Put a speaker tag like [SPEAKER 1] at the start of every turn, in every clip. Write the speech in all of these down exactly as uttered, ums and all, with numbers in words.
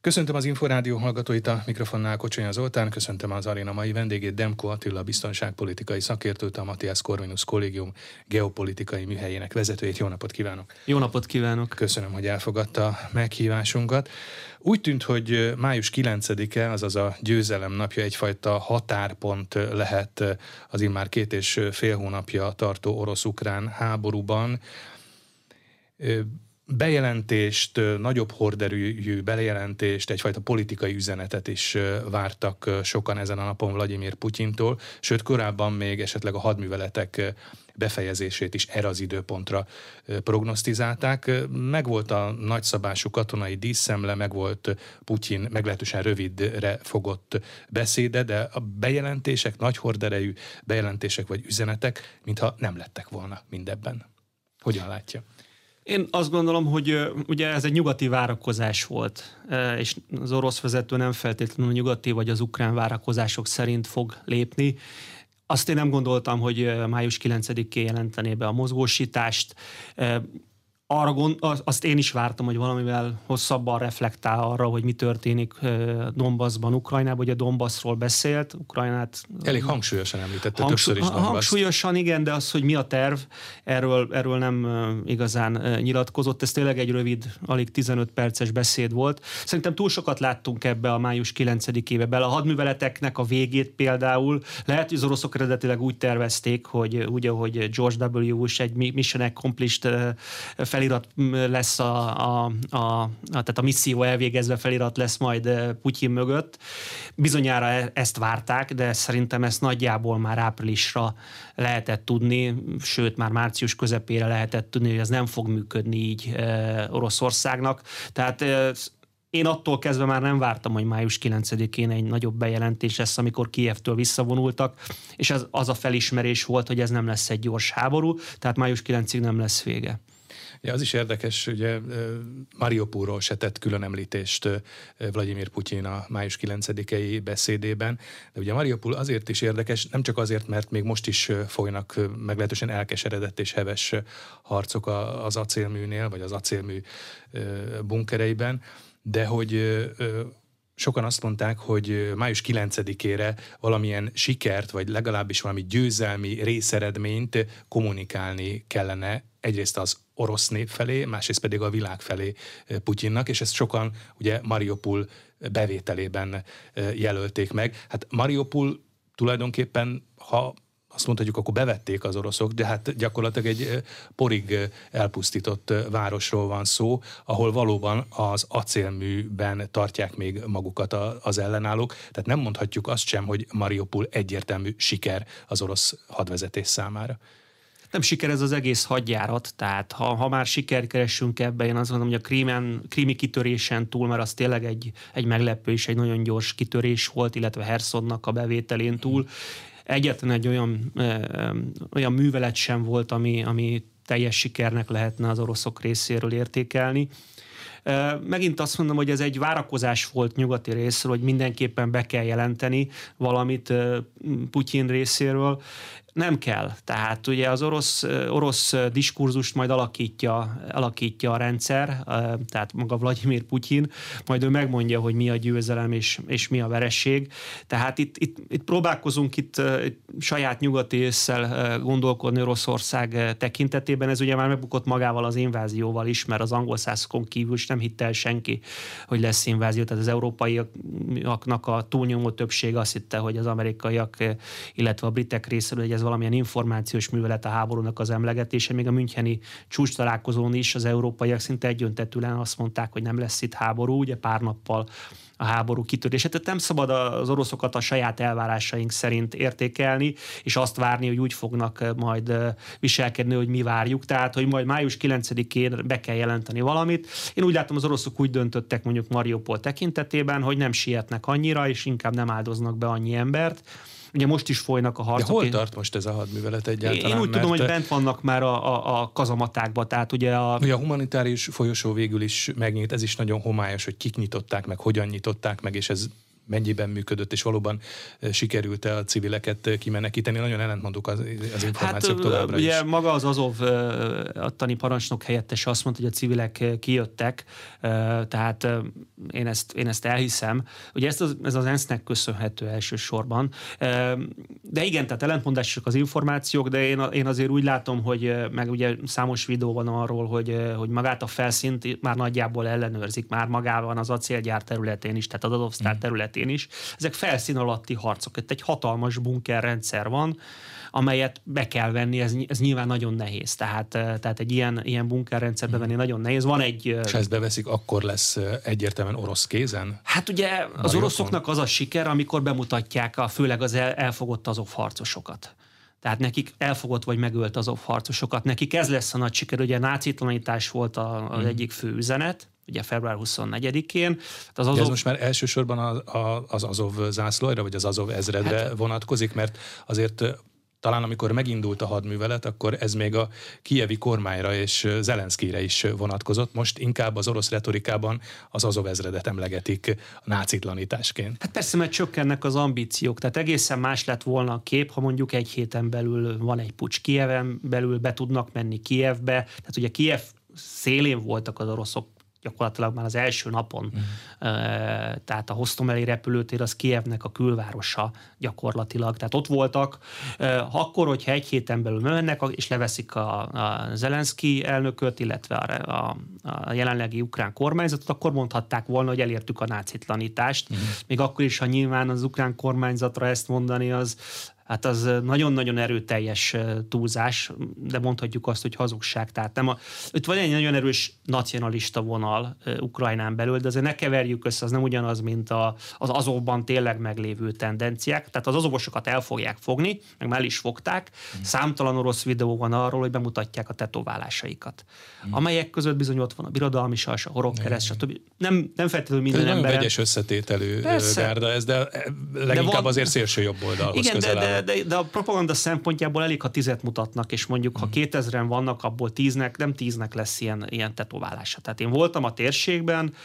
[SPEAKER 1] Köszöntöm az Inforádió hallgatóit, a mikrofonnál Kocsonya Zoltán, köszöntöm az aréna mai vendégét, Demko Attila biztonságpolitikai szakértőt, a Matthias Corvinus Kollégium geopolitikai műhelyének vezetőjét. Jó napot kívánok!
[SPEAKER 2] Jó napot kívánok!
[SPEAKER 1] Köszönöm, hogy elfogadta a meghívásunkat. Úgy tűnt, hogy május kilencedike, azaz a győzelem napja egyfajta határpont lehet az immár két és fél hónapja tartó orosz-ukrán háborúban. Bejelentést, nagyobb horderejű bejelentést, egyfajta politikai üzenetet is vártak sokan ezen a napon Vladimir Putyintól, sőt korábban még esetleg a hadműveletek befejezését is erre az időpontra prognosztizálták. Megvolt a nagyszabású katonai díszszemle, megvolt Putyin meglehetősen rövidre fogott beszéde, de a bejelentések, nagy horderejű bejelentések vagy üzenetek, mintha nem lettek volna mindebben. Hogyan látja?
[SPEAKER 2] Én azt gondolom, hogy ugye ez egy nyugati várakozás volt, és az orosz vezető nem feltétlenül a nyugati vagy az ukrán várakozások szerint fog lépni. Azt én nem gondoltam, hogy május kilencedikén jelentené be a mozgósítást. Arra gond, azt én is vártam, hogy valamivel hosszabban reflektál arra, hogy mi történik Donbassban, Ukrajnában. Ugye Donbassról beszélt, Ukrajnát...
[SPEAKER 1] Elég hangsúlyosan említette,
[SPEAKER 2] hangsú,
[SPEAKER 1] többször is Donbass.
[SPEAKER 2] Hangsúlyosan, igen, de az, hogy mi a terv, erről, erről nem igazán nyilatkozott. Ez tényleg egy rövid, alig tizenöt perces beszéd volt. Szerintem túl sokat láttunk ebbe a május kilencedikébe bele. A hadműveleteknek a végét például, lehet, hogy az oroszok eredetileg úgy tervezték, hogy úgy, ahogy George W. Bush egy mission accomplished felirat lesz a, a, a, a, tehát a misszió elvégezve felirat lesz majd Putyin mögött. Bizonyára ezt várták, de szerintem ezt nagyjából már áprilisra lehetett tudni, sőt már március közepére lehetett tudni, hogy ez nem fog működni így e, Oroszországnak. Tehát e, én attól kezdve már nem vártam, hogy május kilencedikén egy nagyobb bejelentés lesz, amikor Kijevtől visszavonultak, és az, az a felismerés volt, hogy ez nem lesz egy gyors háború, tehát május kilencedikéig nem lesz vége.
[SPEAKER 1] Ja, az is érdekes, ugye Mariupolról se tett külön említést Vladimir Putyin a május kilencedikei beszédében, de ugye Mariupol azért is érdekes, nem csak azért, mert még most is folynak meglehetősen elkeseredett és heves harcok az acélműnél, vagy az acélmű bunkereiben, de hogy sokan azt mondták, hogy május kilencedikére valamilyen sikert, vagy legalábbis valami győzelmi részeredményt kommunikálni kellene egyrészt az orosz nép felé, másrészt pedig a világ felé Putyinnak, és ezt sokan ugye Mariupol bevételében jelölték meg. Hát Mariupol tulajdonképpen, ha azt mondhatjuk, akkor bevették az oroszok, de hát gyakorlatilag egy porig elpusztított városról van szó, ahol valóban az acélműben tartják még magukat az ellenállók. Tehát nem mondhatjuk azt sem, hogy Mariupol egyértelmű siker az orosz hadvezetés számára.
[SPEAKER 2] Nem siker ez az egész hadjárat, tehát ha, ha már sikert keresünk ebbe, én azt mondom, hogy a krímen, krími kitörésen túl, mert az tényleg egy, egy meglepő és egy nagyon gyors kitörés volt, illetve Hersonnak a bevételén túl. Egyetlen egy olyan, ö, olyan művelet sem volt, ami, ami teljes sikernek lehetne az oroszok részéről értékelni. Megint azt mondom, hogy ez egy várakozás volt nyugati részről, hogy mindenképpen be kell jelenteni valamit Putyin részéről. Nem kell. Tehát ugye az orosz, orosz diskurzust majd alakítja, alakítja a rendszer, tehát maga Vladimir Putyin, majd ő megmondja, hogy mi a győzelem és, és mi a veresség. Tehát itt, itt, itt próbálkozunk itt saját nyugati ésszel gondolkodni Oroszország tekintetében. Ez ugye már megbukott magával az invázióval is, mert az angol szászokon kívül is nem hitte el senki, hogy lesz invázió. Tehát az európaiaknak a túlnyomó többsége azt hitte, hogy az amerikaiak, illetve a britek részéről, hogy ez valamilyen információs művelet a háborúnak az emlegetése. Még a müncheni csúcs találkozón is az európaiak szinte egyöntetűen azt mondták, hogy nem lesz itt háború, ugye pár nappal a háború kitörése. Tehát nem szabad az oroszokat a saját elvárásaink szerint értékelni, és azt várni, hogy úgy fognak majd viselkedni, hogy mi várjuk. Tehát, hogy majd május kilencedikén be kell jelenteni valamit. Én úgy látom, az oroszok úgy döntöttek mondjuk Mariupol tekintetében, hogy nem sietnek annyira, és inkább nem áldoznak be annyi embert. Ugye most is folynak a harcok.
[SPEAKER 1] De hol tart most ez a hadművelet egyáltalán?
[SPEAKER 2] Én úgy tudom, hogy bent vannak már a, a, a kazamatákban, tehát ugye a...
[SPEAKER 1] Ugye a humanitárius folyosó végül is megnyílt, ez is nagyon homályos, hogy kik nyitották meg, hogyan nyitották meg, és ez mennyiben működött, és valóban sikerült-e a civileket kimenekíteni. Nagyon ellentmondók az, az információk hát, továbbra
[SPEAKER 2] ugye
[SPEAKER 1] is.
[SPEAKER 2] Maga az Azov attani parancsnok helyettes azt mondta, hogy a civilek kijöttek, tehát én ezt, én ezt elhiszem. Ugye ezt az, ez az ENSZ-nek köszönhető elsősorban. De igen, tehát ellentmondások az információk, de én, én azért úgy látom, hogy meg ugye számos videó van arról, hogy, hogy magát a felszínt már nagyjából ellenőrzik, már magában az acélgyár területén is, tehát az Azovsztár területén is. Ezek felszín alatti harcok. Itt egy hatalmas bunkerrendszer van, amelyet be kell venni, ez, ez nyilván nagyon nehéz. Tehát, tehát egy ilyen, ilyen bunkerrendszerbe venni nagyon nehéz. Van egy...
[SPEAKER 1] És ha ezt beveszik, akkor lesz egyértelműen orosz kézen?
[SPEAKER 2] Hát ugye az Mariupol? Oroszoknak az a siker, amikor bemutatják a, főleg az el, elfogott Azov harcosokat. Tehát nekik elfogott vagy megölt Azov harcosokat. Nekik ez lesz a nagy siker. Ugye nácitlanítás volt a, az hmm. egyik fő üzenet, ugye február huszonnegyedikén.
[SPEAKER 1] Az Azov... Ez most már elsősorban az, az Azov zászlóra, vagy az Azov ezredre hát... vonatkozik, mert azért talán amikor megindult a hadművelet, akkor ez még a kijevi kormányra és Zelenszkijre is vonatkozott. Most inkább az orosz retorikában az Azov ezredet emlegetik a nácitlanításként.
[SPEAKER 2] Hát persze, mert csökkennek az ambíciók. Tehát egészen más lett volna a kép, ha mondjuk egy héten belül van egy puccs Kijeven belül, be tudnak menni Kijevbe. Tehát ugye Kijev szélén voltak az oroszok gyakorlatilag már az első napon. Mm. Tehát a Hostomeli repülőtér az Kijevnek a külvárosa gyakorlatilag. Tehát ott voltak. Akkor, hogyha egy héten belül mennek, és leveszik a, a Zelenszkij elnököt, illetve a, a, a jelenlegi ukrán kormányzatot, akkor mondhatták volna, hogy elértük a nácitlanítást. Mm. Még akkor is, ha nyilván az ukrán kormányzatra ezt mondani, az hát az nagyon-nagyon erőteljes túlzás, de mondhatjuk azt, hogy hazugság. Tehát nem a, itt van egy nagyon erős nacionalista vonal uh, Ukrajnán belül, de azért ne keverjük össze, az nem ugyanaz, mint a, az Azovban tényleg meglévő tendenciák. Tehát az azovosokat el fogják fogni, meg már is fogták. Mm. Számtalan orosz videó van arról, hogy bemutatják a tetoválásaikat. Mm. Amelyek között bizony ott van a birodalmi sas, a horogkereszt, stb. Nem, nem feltétlenül minden
[SPEAKER 1] ember.
[SPEAKER 2] Nagyon
[SPEAKER 1] vegyes összetételű Persze. gárda ez, de leginkább de van, azért szélső jobb oldalhoz
[SPEAKER 2] igen,
[SPEAKER 1] közel
[SPEAKER 2] de, de, de, de a propaganda szempontjából elég, ha tizet mutatnak, és mondjuk, ha kétezren vannak, abból tíznek, nem tíznek lesz ilyen, ilyen tetoválása. Tehát én voltam a térségben,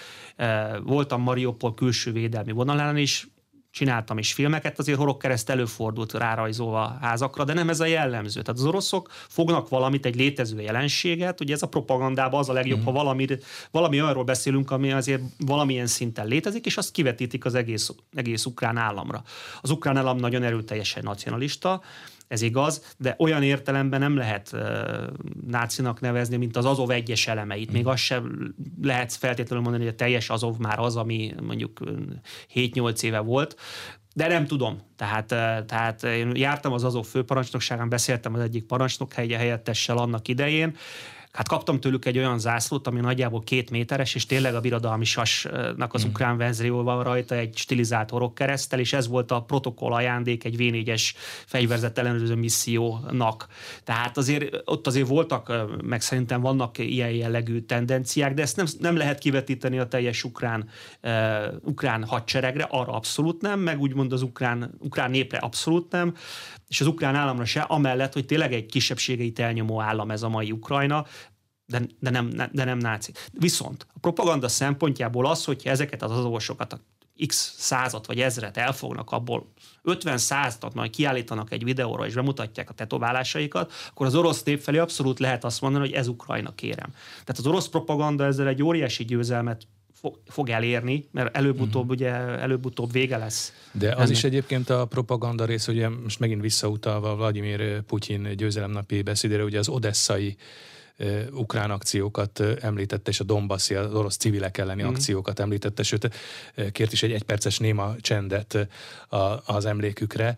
[SPEAKER 2] voltam Mariupol külső védelmi vonalán is, csináltam is filmeket, azért horogkereszt előfordult rárajzolva házakra, de nem ez a jellemző. Tehát az oroszok fognak valamit, egy létező jelenséget, ugye ez a propagandában az a legjobb, mm. ha valami, valami olyanról beszélünk, ami azért valamilyen szinten létezik, és azt kivetítik az egész, egész ukrán államra. Az ukrán állam nagyon erőteljesen nacionalista, ez igaz, de olyan értelemben nem lehet uh, nácinak nevezni, mint az Azov egyes elemeit. Még azt sem lehet feltétlenül mondani, hogy a teljes Azov már az, ami mondjuk hét-nyolc éve volt, de nem tudom. Tehát, tehát én jártam az Azov főparancsnokságán, beszéltem az egyik parancsnok helyettessel annak idején. Hát kaptam tőlük egy olyan zászlót, ami nagyjából két méteres, és tényleg a birodalmi sasnak az mm. ukrán vezérjól van rajta egy stilizált horogkereszttel, és ez volt a protokoll ajándék egy vé négyes fegyverzet ellenőrző missziónak. Tehát azért ott azért voltak, meg szerintem vannak ilyen jellegű tendenciák, de ezt nem, nem lehet kivetíteni a teljes ukrán, uh, ukrán hadseregre, arra abszolút nem, meg úgymond az ukrán, ukrán népre abszolút nem, és az ukrán államra se, amellett, hogy tényleg egy kisebbségeit elnyomó állam ez a mai Ukrajna, de, de, nem, de nem náci. Viszont a propaganda szempontjából az, hogyha ezeket az azovosokat, a x százat vagy ezret elfognak, abból ötven százat majd kiállítanak egy videóra, és bemutatják a tetoválásaikat, akkor az orosz nép felé abszolút lehet azt mondani, hogy ez Ukrajna, kérem. Tehát az orosz propaganda ezzel egy óriási győzelmet fog elérni, mert előbb-utóbb, uh-huh. ugye, előbb-utóbb vége lesz.
[SPEAKER 1] De az ennek. Is egyébként a propaganda rész, ugye most megint visszautalva Vladimir Putyin győzelemnapi beszédére, ugye az odesszai uh, ukrán akciókat uh, említette, és a Donbassi, az orosz civilek elleni uh-huh. akciókat említette, sőt, uh, kért is egy egyperces néma csendet uh, az emlékükre.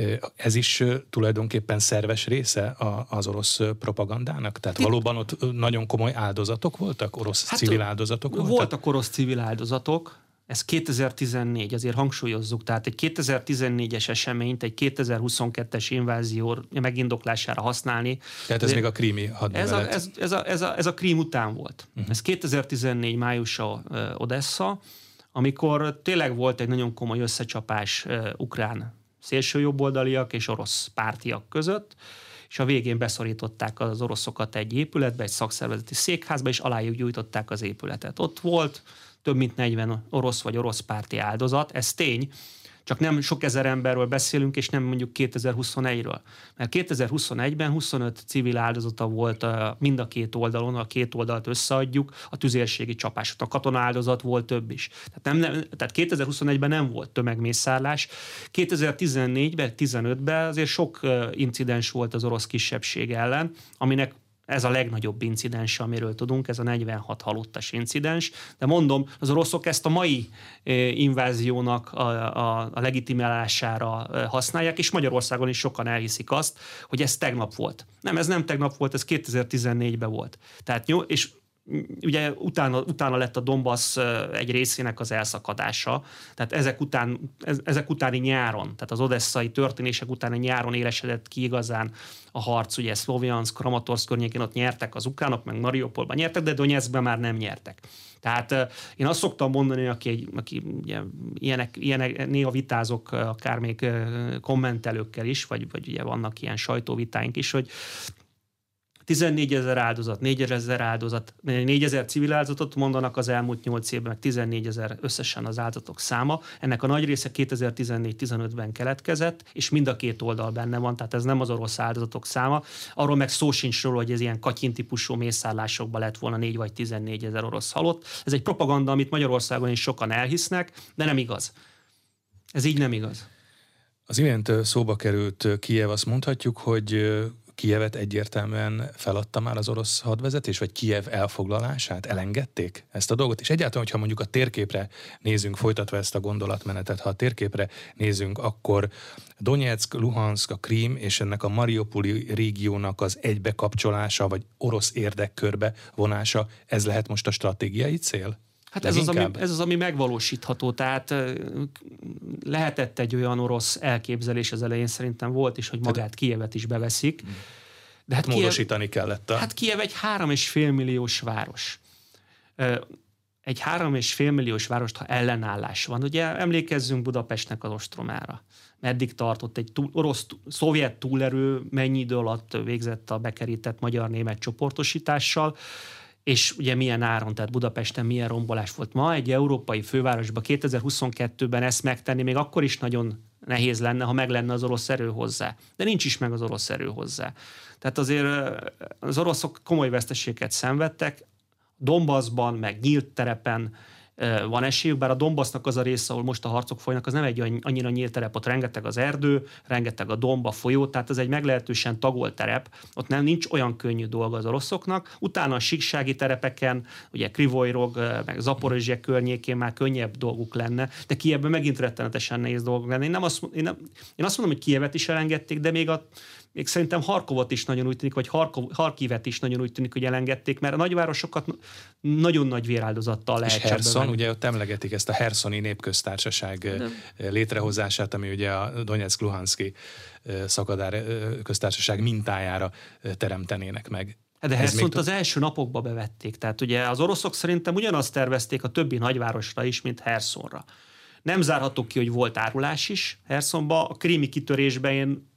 [SPEAKER 1] Ez is tulajdonképpen szerves része az orosz propagandának? Tehát valóban ott nagyon komoly áldozatok voltak? Orosz hát civil áldozatok voltak?
[SPEAKER 2] Voltak orosz civil áldozatok. Ez kétezer-tizennégy, azért hangsúlyozzuk, tehát egy kétezer-tizennégyes eseményt egy kétezer-huszonkettes invázió megindoklására használni.
[SPEAKER 1] Tehát ez még a krími hadművelet.
[SPEAKER 2] Ez a, ez, ez, a, ez, a, ez a krím után volt. Uh-huh. Ez kétezer-tizennégy májusa Odessa, amikor tényleg volt egy nagyon komoly összecsapás ukrán szélsőjobboldaliak és orosz pártiak között, és a végén beszorították az oroszokat egy épületbe, egy szakszervezeti székházba, és alájuk gyújtották az épületet. Ott volt több mint negyven orosz vagy orosz párti áldozat, ez tény, csak nem sok ezer emberről beszélünk, és nem mondjuk kétezer-huszonegyről. Mert kétezer-huszonegyben huszonöt civil áldozata volt mind a két oldalon, a két oldalt összeadjuk, a tüzérségi csapásot. A katona áldozat volt több is. Tehát, nem, nem, tehát kétezer-huszonegyben nem volt tömegmészárlás. kétezer-tizennégyben, tizenötben azért sok incidens volt az orosz kisebbség ellen, aminek ez a legnagyobb incidens, amiről tudunk, ez a negyvenhat halottas incidens. De mondom, az oroszok ezt a mai inváziónak a, a, a legitimálására használják, és Magyarországon is sokan elhiszik azt, hogy ez tegnap volt. Nem, ez nem tegnap volt, ez kétezer-tizennégyben volt. Tehát, és ugye utána, utána lett a Donbass egy részének az elszakadása, tehát ezek, után, ezek utáni nyáron, tehát az odesszai történések utáni nyáron élesedett ki igazán a harc, ugye Szlovjanszk, Kramatorszk környékén ott nyertek az ukránok, meg Mariupolban nyertek, de Donetszben már nem nyertek. Tehát én azt szoktam mondani, aki, egy, aki ugye, ilyenek, ilyenek, néha vitázok akár még kommentelőkkel is, vagy, vagy ugye vannak ilyen sajtóvitáink is, hogy tizennégyezer áldozat, négyezer áldozat, négyezer civil áldozatot mondanak az elmúlt nyolc évben, meg tizennégyezer összesen az áldozatok száma. Ennek a nagy része kétezer-tizennégy-tizenötben keletkezett, és mind a két oldal benne van, tehát ez nem az orosz áldozatok száma. Arról meg szó sincs róla, hogy ez ilyen Katyin típusú mészárlásokban lett volna négy vagy tizennégyezer orosz halott. Ez egy propaganda, amit Magyarországon is sokan elhisznek, de nem igaz. Ez így nem igaz.
[SPEAKER 1] Az imént szóba került Kijev, azt mondhatjuk, hogy Kijevet egyértelműen feladta már az orosz hadvezetés, vagy Kijev elfoglalását? Elengedték ezt a dolgot? És egyáltalán, hogyha mondjuk a térképre nézünk, folytatva ezt a gondolatmenetet, ha a térképre nézünk, akkor Donetszk, Luhanszk, a Krím és ennek a Mariupoli régiónak az egybekapcsolása, vagy orosz érdekkörbe vonása, ez lehet most a stratégiai cél?
[SPEAKER 2] Hát ez az, ami, ez az, ami megvalósítható, tehát lehetett egy olyan orosz elképzelés az elején, szerintem volt is, hogy magát Kijevet is beveszik.
[SPEAKER 1] De hát módosítani Kijev, kellett. A...
[SPEAKER 2] Hát Kijev egy három és fél milliós város. Egy három és fél milliós várost, ha ellenállás van, ugye emlékezzünk Budapestnek az ostromára. Meddig tartott egy túl, orosz, szovjet túlerő, mennyi idő alatt végzett a bekerített magyar-német csoportosítással, és ugye milyen áron, tehát Budapesten milyen rombolás volt. Ma egy európai fővárosban kétezer-huszonkettőben ezt megtenni még akkor is nagyon nehéz lenne, ha meg lenne az orosz erő hozzá. De nincs is meg az orosz erő hozzá. Tehát azért az oroszok komoly veszteségeket szenvedtek, Donbassban, meg nyílt terepen van esélyük, bár a Donbassnak az a része, ahol most a harcok folynak, az nem egy annyira nyílt terep, ott rengeteg az erdő, rengeteg a domba, folyó, tehát ez egy meglehetősen tagolt terep, ott nem nincs olyan könnyű dolga az oroszoknak. Utána a síksági terepeken, ugye Krivojrog, meg Zaporozsje környékén már könnyebb dolguk lenne, de Kijevben megint rettenetesen nehéz dolgok lenne. Én, nem azt, én, nem, én azt mondom, hogy Kijevet is elengedték, de még a Még szerintem Harkovot is nagyon úgy tűnik, vagy Harkov, Harkivet is nagyon úgy tűnik, hogy elengedték, mert a nagyvárosokat nagyon nagy véráldozattal lehet.
[SPEAKER 1] És Herson, ugye ott emlegetik ezt a Herszoni Népköztársaság de... létrehozását, ami ugye a Donetszk-Luhanszki szakadár köztársaság mintájára teremtenének meg.
[SPEAKER 2] De Herszont az első napokban bevették. Tehát ugye az oroszok szerintem ugyanazt tervezték a többi nagyvárosra is, mint Herszonra. Nem zárható ki, hogy volt árulás is Herszonba. A krími kitörésben én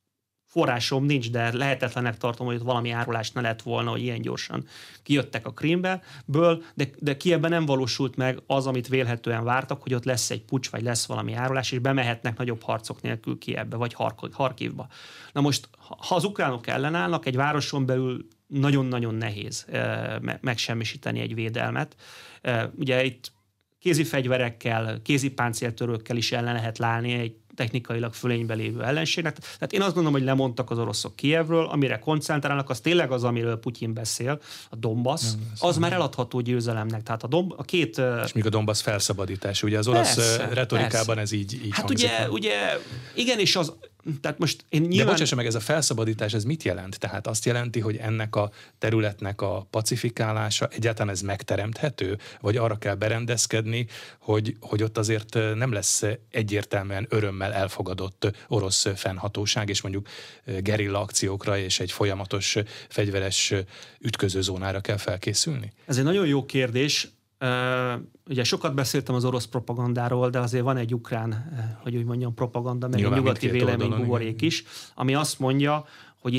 [SPEAKER 2] forrásom nincs, de lehetetlenek tartom, hogy valami árulás ne lett volna, hogy ilyen gyorsan kijöttek a Krímből, de, de Kijevben nem valósult meg az, amit vélhetően vártak, hogy ott lesz egy puccs, vagy lesz valami árulás, és bemehetnek nagyobb harcok nélkül Kijevbe, vagy Harkivba. Na most, ha az ukránok ellenállnak, egy városon belül nagyon-nagyon nehéz megsemmisíteni egy védelmet. Ugye itt kézi fegyverekkel, kézi páncéltörőkkel is ellen lehet látni egy technikailag fölényben lévő ellenségnek. Tehát én azt gondolom, hogy lemondtak az oroszok Kijevről, amire koncentrálnak, az tényleg az, amiről Putyin beszél, a Donbass, az már eladható győzelemnek. Tehát a, Domb- a két...
[SPEAKER 1] És még a Donbass felszabadítás. Ugye az orosz persze, retorikában persze. ez így, így
[SPEAKER 2] Hát ugye, ugye, igen, és az... Tehát most én nyilván...
[SPEAKER 1] De bocsássa meg, ez a felszabadítás, ez mit jelent? Tehát azt jelenti, hogy ennek a területnek a pacifikálása, egyáltalán ez megteremthető? Vagy arra kell berendezkedni, hogy, hogy ott azért nem lesz egyértelműen örömmel elfogadott orosz fennhatóság, és mondjuk gerilla akciókra és egy folyamatos fegyveres ütközőzónára kell felkészülni? Ez
[SPEAKER 2] egy nagyon jó kérdés. Uh, ugye sokat beszéltem az orosz propagandáról, de azért van egy ukrán, uh, hogy úgy mondjam, propaganda, meg egy nyugati véleménybuborék is, ami azt mondja, hogy itt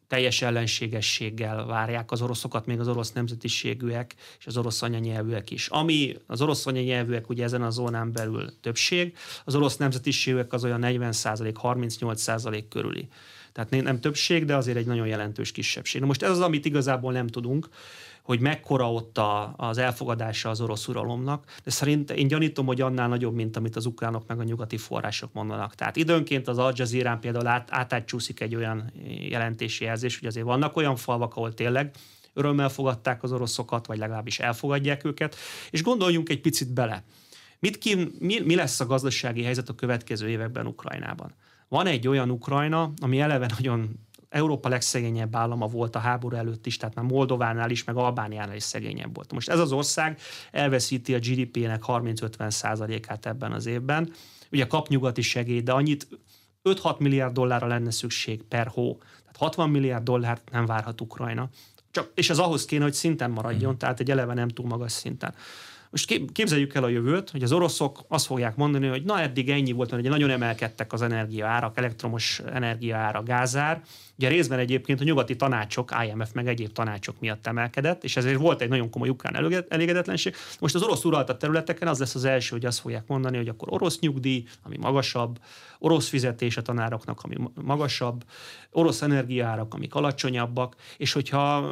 [SPEAKER 2] teljes ellenségességgel várják az oroszokat, még az orosz nemzetiségűek és az orosz anyanyelvűek is. Ami az orosz anyanyelvűek ugye ezen a zónán belül többség, az orosz nemzetiségűek az olyan negyven százalék, harmincnyolc százalék körüli. Tehát nem többség, de azért egy nagyon jelentős kisebbség. Na most ez az, amit igazából nem tudunk, hogy mekkora ott a, az elfogadása az orosz uralomnak, de szerintem én gyanítom, hogy annál nagyobb, mint amit az ukránok meg a nyugati források mondanak. Tehát időnként az Al Jazeera például át, átátcsúszik egy olyan jelentési jelzés, hogy azért vannak olyan falvak, ahol tényleg örömmel fogadták az oroszokat, vagy legalábbis elfogadják őket, és gondoljunk egy picit bele. Mit ki, mi, mi lesz a gazdasági helyzet a következő években Ukrajnában? Van egy olyan Ukrajna, ami eleve nagyon Európa legszegényebb állama volt a háború előtt is, tehát már Moldovánál is, meg Albániánál is szegényebb volt. Most ez az ország elveszíti a gé dé pé-nek harminc-ötven százalékát ebben az évben. Ugye kap nyugati segélyt, de annyit öt-hat milliárd dollárra lenne szükség per hó. Tehát hatvan milliárd dollárt nem várhat Ukrajna. Csak, és ez ahhoz kéne, hogy szinten maradjon, tehát egy eleve nem túl magas szinten. Most képzeljük el a jövőt, hogy az oroszok azt fogják mondani, hogy na eddig ennyi volt, mert ugye nagyon emelkedtek az energiaárak, elektromos energiaára, gázár. Ugye részben egyébként a nyugati tanácsok, i em ef meg egyéb tanácsok miatt emelkedett, és ezért volt egy nagyon komoly ukrán elégedetlenség. Most az orosz uralta területeken az lesz az első, hogy azt fogják mondani, hogy akkor orosz nyugdíj, ami magasabb, orosz fizetés a tanároknak, ami magasabb, orosz energiaárak, amik alacsonyabbak, és hogyha,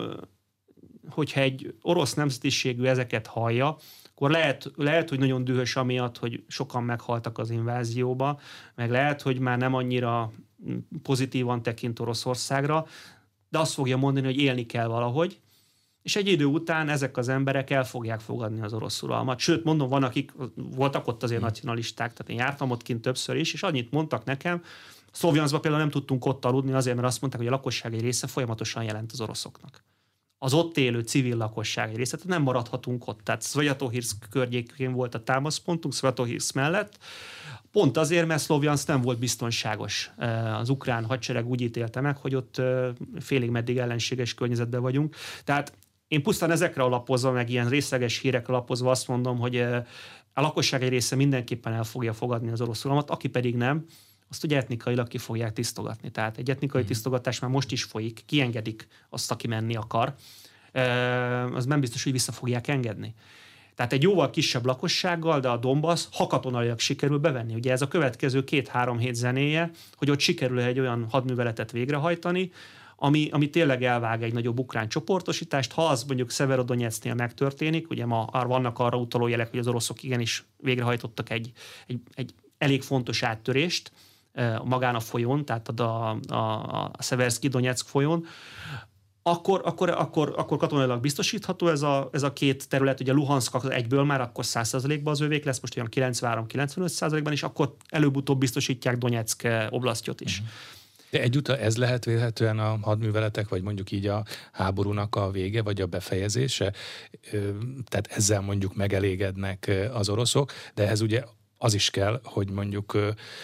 [SPEAKER 2] hogyha egy orosz nemzetiségű ezeket hallja, akkor lehet, lehet, hogy nagyon dühös amiatt, hogy sokan meghaltak az invázióba, meg lehet, hogy már nem annyira pozitívan tekint Oroszországra, de azt fogja mondani, hogy élni kell valahogy, és egy idő után ezek az emberek el fogják fogadni az orosz uralmat. Sőt, mondom, van, akik voltak ott azért nacionalisták, tehát én jártam ott kint többször is, és annyit mondtak nekem, Szlovjanszban például nem tudtunk ott aludni azért, mert azt mondták, hogy a lakosság egy része folyamatosan jelent az oroszoknak. Az ott élő civil lakosság egy része, tehát nem maradhatunk ott. Tehát Szvjatohirszk környékén volt a támaszpontunk, Szvjatohirszk mellett, pont azért, mert Szlovjanszk nem volt biztonságos. Az ukrán hadsereg úgy ítélte meg, hogy ott félig meddig ellenséges környezetben vagyunk. Tehát én pusztán ezekre alapozva, meg ilyen részleges hírekre alapozva azt mondom, hogy a lakosság egy része mindenképpen el fogja fogadni az orosz uralmat, aki pedig nem, azt ugye etnikailag ki fogják tisztogatni. Tehát egy etnikai tisztogatás már most is folyik, kiengedik azt, aki menni akar, az nem biztos, hogy vissza fogják engedni. Tehát egy jóval kisebb lakossággal, de a Donbass, ha katonailag sikerül bevenni. Ugye ez a következő két-három hét zenéje, hogy ott sikerül egy olyan hadműveletet végrehajtani, ami, ami tényleg elvág egy nagyobb ukrán csoportosítást. Ha az mondjuk Szeverodonyecknél megtörténik, ugye ma vannak arra utaló jelek, hogy az oroszok igenis végrehajtottak egy, egy, egy elég fontos áttörést magán a folyón, tehát a, a, a Szeverszki-Donyeck folyón, akkor, akkor, akkor, akkor katonailag biztosítható ez a, ez a két terület, ugye Luhanszk egyből már akkor száz százalékban az övék lesz, most olyan kilencvenhárom-kilencvenöt százalékban, és akkor előbb-utóbb biztosítják Donyeck oblasztjot is.
[SPEAKER 1] De egyúttal ez lehet vélhetően a hadműveletek, vagy mondjuk így a háborúnak a vége, vagy a befejezése, tehát ezzel mondjuk megelégednek az oroszok, de ez ugye az is kell, hogy mondjuk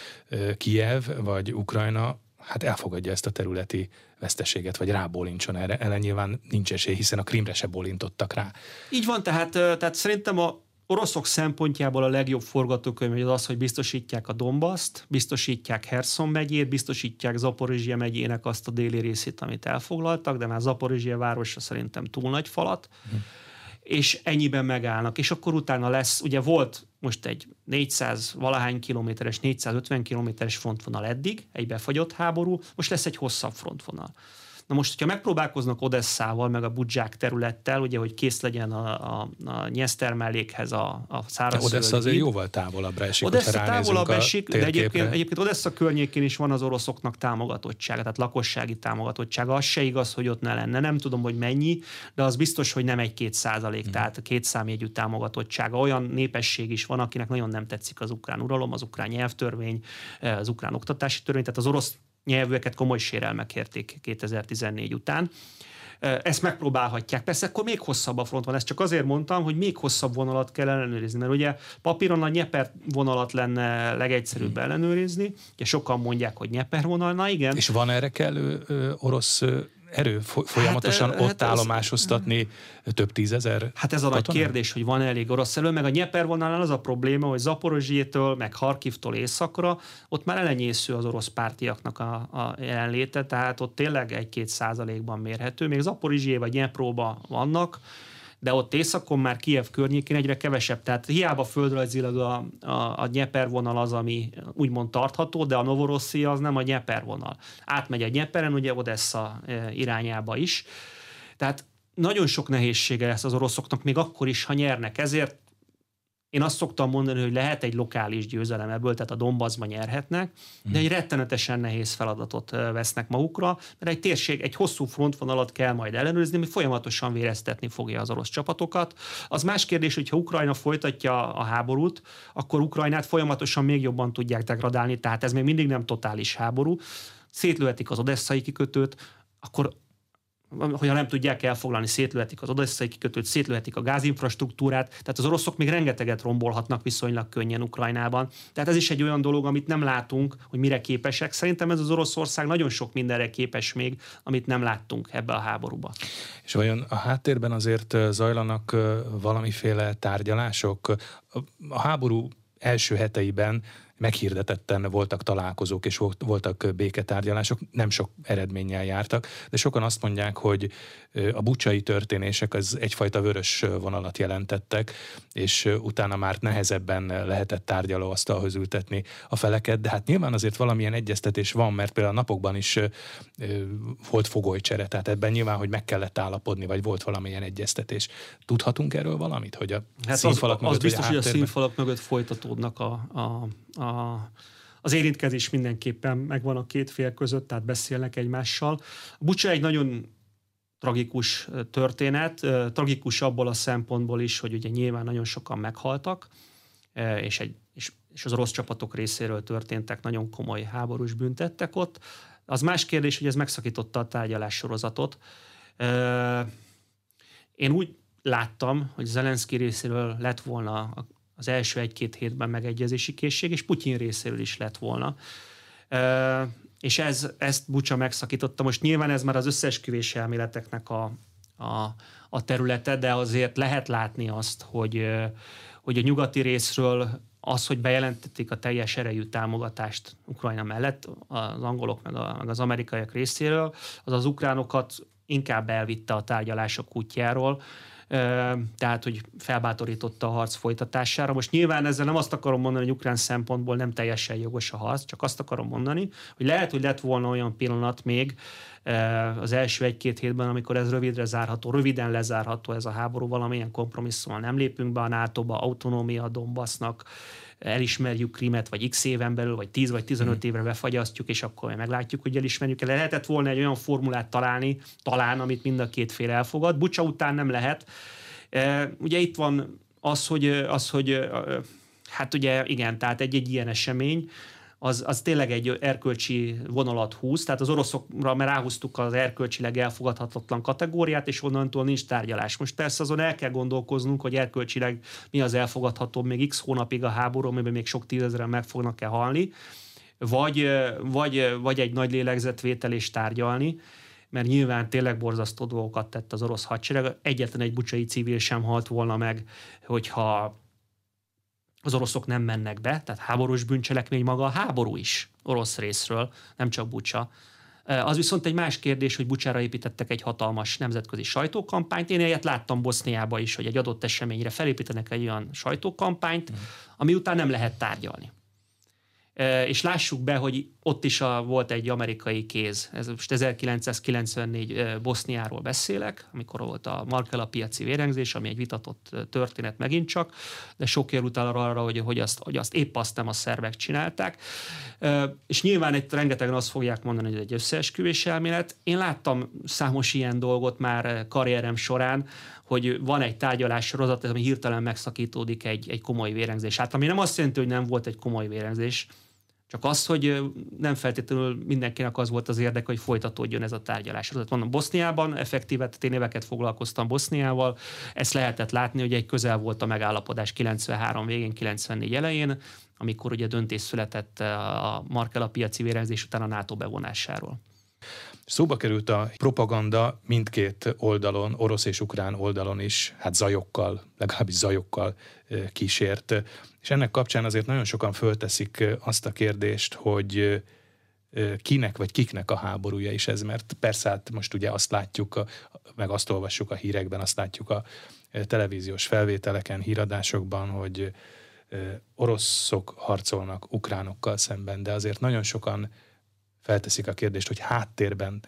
[SPEAKER 1] Kijev vagy Ukrajna hát elfogadja ezt a területi veszteséget, vagy rábólincson erre. Ellen nyilván nincs esély, hiszen a Krímre se bólintottak rá.
[SPEAKER 2] Így van, tehát, tehát szerintem a oroszok szempontjából a legjobb forgatókönyv az az, hogy biztosítják a Donbaszt, biztosítják Herszon megyét, biztosítják Zaporizsja megyének azt a déli részét, amit elfoglaltak, de már Zaporizsja városa szerintem túl nagy falat, hm. és ennyiben megállnak. És akkor utána lesz, ugye volt most egy négyszáz valahány kilométeres, négyszázötven kilométeres frontvonal eddig, egy befagyott háború, most lesz egy hosszabb frontvonal. Na most, hogyha megpróbálkoznak Odesszával, meg a Budzsák területtel, ugye, hogy kész legyen a, a, a Nyeszter mellékhez a, a szárazföldi.
[SPEAKER 1] Odessa azért jóval távolabbra esik,
[SPEAKER 2] Odessa távolabb esik, de egyébként, egyébként Odessa környékén is van az oroszoknak támogatottsága, tehát lakossági támogatottsága. Az se igaz, hogy ott ne lenne. Nem tudom, hogy mennyi, de az biztos, hogy nem egy-két százalék, hmm. tehát két számjegyű támogatottsága. Olyan népesség is van, akinek nagyon nem tetszik az ukrán uralom, az ukrán nyelvtörvény, az ukrán oktatási törvény, tehát az orosz nyelvűeket komoly sérelmek érték kétezer-tizennégy után. Ezt megpróbálhatják. Persze akkor még hosszabb a front van. Ezt csak azért mondtam, hogy még hosszabb vonalat kell ellenőrizni, mert ugye papíron a Dnyeper vonalat lenne legegyszerűbb ellenőrizni. Ugye sokan mondják, hogy Dnyeper vonal, na igen.
[SPEAKER 1] És van erre kellő ö, orosz ö, erő folyamatosan hát, ott hát állomásoztatni az... több tízezer
[SPEAKER 2] Hát ez a nagy kérdés, hogy van elég orosz erő, meg a Dnyeper vonalán az a probléma, hogy Zaporozsijétől, meg Harkivtól északra, ott már elenyésző az orosz pártiaknak a, a jelenléte, tehát ott tényleg egy-két százalékban mérhető. Még Zaporozsijé vagy Dnyepróban vannak, de ott északon már Kijev környékén egyre kevesebb. Tehát hiába földrajzilag a, a, a Dnyeper vonal az, ami úgymond tartható, de a Novorosszija az nem a Dnyeper vonal. Átmegy a Dnyeperen, ugye Odessa irányába is. Tehát nagyon sok nehézsége lesz az oroszoknak, még akkor is, ha nyernek. Ezért én azt szoktam mondani, hogy lehet egy lokális győzelem ebből, tehát a Donbassban nyerhetnek, de egy rettenetesen nehéz feladatot vesznek magukra, mert egy térség, egy hosszú frontvonalat kell majd ellenőrizni, ami folyamatosan véreztetni fogja az orosz csapatokat. Az más kérdés, hogyha Ukrajna folytatja a háborút, akkor Ukrajnát folyamatosan még jobban tudják degradálni, tehát ez még mindig nem totális háború. Szétlőhetik az odesszai kikötőt, akkor hogyha nem tudják elfoglalni, szétlőhetik az odesszai kikötőt, szétlőhetik a gázinfrastruktúrát, tehát az oroszok még rengeteget rombolhatnak viszonylag könnyen Ukrajnában. Tehát ez is egy olyan dolog, amit nem látunk, hogy mire képesek. Szerintem ez az Oroszország nagyon sok mindenre képes még, amit nem láttunk ebbe a háborúba.
[SPEAKER 1] És vajon a háttérben azért zajlanak valamiféle tárgyalások? A háború első heteiben meghirdetetten voltak találkozók és voltak béketárgyalások, nem sok eredménnyel jártak, de sokan azt mondják, hogy a bucsai történések az egyfajta vörös vonalat jelentettek, és utána már nehezebben lehetett tárgyalóasztalhoz ültetni a feleket, de hát nyilván azért valamilyen egyeztetés van, mert például a napokban is volt fogolycsere, tehát ebben nyilván, hogy meg kellett állapodni, vagy volt valamilyen egyeztetés. Tudhatunk erről valamit, hogy a
[SPEAKER 2] hát
[SPEAKER 1] színfalak
[SPEAKER 2] az,
[SPEAKER 1] mögött,
[SPEAKER 2] az biztos,
[SPEAKER 1] hogy a,
[SPEAKER 2] hogy a színfalak mögött folytatódnak a, a, a az érintkezés mindenképpen megvan a két fél között, tehát beszélnek egymással. A Bucsa egy nagyon tragikus történet, tragikus abból a szempontból is, hogy ugye nyilván nagyon sokan meghaltak, és, egy, és, és az orosz csapatok részéről történtek nagyon komoly háborús bűntettek ott. Az más kérdés, hogy ez megszakította a tárgyalás sorozatot. Én úgy láttam, hogy Zelenszky részéről lett volna az első egy-két hétben megegyezési készség, és Putyin részéről is lett volna. E, és ez, ezt Bucsa megszakította. Most nyilván ez már az összeesküvés elméleteknek a, a, a területe, de azért lehet látni azt, hogy, hogy a nyugati részről az, hogy bejelentették a teljes erejű támogatást Ukrajna mellett, az angolok meg, a, meg az amerikaiak részéről, az az ukránokat inkább elvitte a tárgyalások útjáról, tehát, hogy felbátorította a harc folytatására. Most nyilván ezzel nem azt akarom mondani, hogy ukrán szempontból nem teljesen jogos a harc, csak azt akarom mondani, hogy lehet, hogy lett volna olyan pillanat még az első egy-két hétben, amikor ez rövidre zárható, röviden lezárható ez a háború, valamilyen kompromisszummal nem lépünk be a nátóba, autonómia a Donbassnak, elismerjük Krimet, vagy x éven belül, vagy tíz vagy tizenöt évre befagyasztjuk, és akkor meglátjuk, hogy elismerjük. Lehetett volna egy olyan formulát találni, talán, amit mind a két fél elfogad. Bucsa után nem lehet. Ugye itt van az, hogy, az, hogy hát ugye igen, tehát egy-egy ilyen esemény, az, az tényleg egy erkölcsi vonalat húz, tehát az oroszokra már ráhúztuk az erkölcsileg elfogadhatatlan kategóriát, és onnantól nincs tárgyalás. Most persze azon el kell gondolkoznunk, hogy erkölcsileg mi az elfogadható még x hónapig a háború, amiben még sok tízezeren meg fognak-e halni, vagy, vagy, vagy egy nagy lélegzetvétel és tárgyalni, mert nyilván tényleg borzasztó dolgokat tett az orosz hadsereg. Egyetlen egy bucsai civil sem halt volna meg, hogyha az oroszok nem mennek be, tehát háborús bűncselekmény maga a háború is orosz részről, nem csak Bucsa. Az viszont egy más kérdés, hogy Bucsára építettek egy hatalmas nemzetközi sajtókampányt. Én ilyet láttam Boszniában is, hogy egy adott eseményre felépítenek egy olyan sajtókampányt, ami után nem lehet tárgyalni. És lássuk be, hogy ott is a, volt egy amerikai kéz. Ez most ezerkilencszázkilencvennégy Boszniáról beszélek, amikor volt a Markela piaci vérengzés, ami egy vitatott történet megint csak, de sok ér utal arra, hogy, hogy, azt, hogy azt épp azt nem a szervek csinálták. És nyilván itt rengetegen azt fogják mondani, hogy ez egy összeesküvés elmélet. Én láttam számos ilyen dolgot már karrierem során, hogy van egy tárgyalássorozat, ami hirtelen megszakítódik egy, egy komoly vérengzés. Hát ami nem azt jelenti, hogy nem volt egy komoly vérengzés, csak az, hogy nem feltétlenül mindenkinek az volt az érdeke, hogy folytatódjon ez a tárgyalás. Mondom, Boszniában effektíve, tehát én éveket foglalkoztam Boszniával, ezt lehetett látni, hogy egy közel volt a megállapodás kilencvenhárom végén, kilencvennégy elején, amikor ugye döntés született a Markela piaci vérengzés után a NATO bevonásáról.
[SPEAKER 1] Szóba került a propaganda mindkét oldalon, orosz és ukrán oldalon is, hát zajokkal, legalábbis zajokkal kísért. És ennek kapcsán azért nagyon sokan fölteszik azt a kérdést, hogy kinek vagy kiknek a háborúja is ez, mert persze hát most ugye azt látjuk, meg azt olvassuk a hírekben, azt látjuk a televíziós felvételeken, híradásokban, hogy oroszok harcolnak ukránokkal szemben, de azért nagyon sokan felteszik a kérdést, hogy háttérben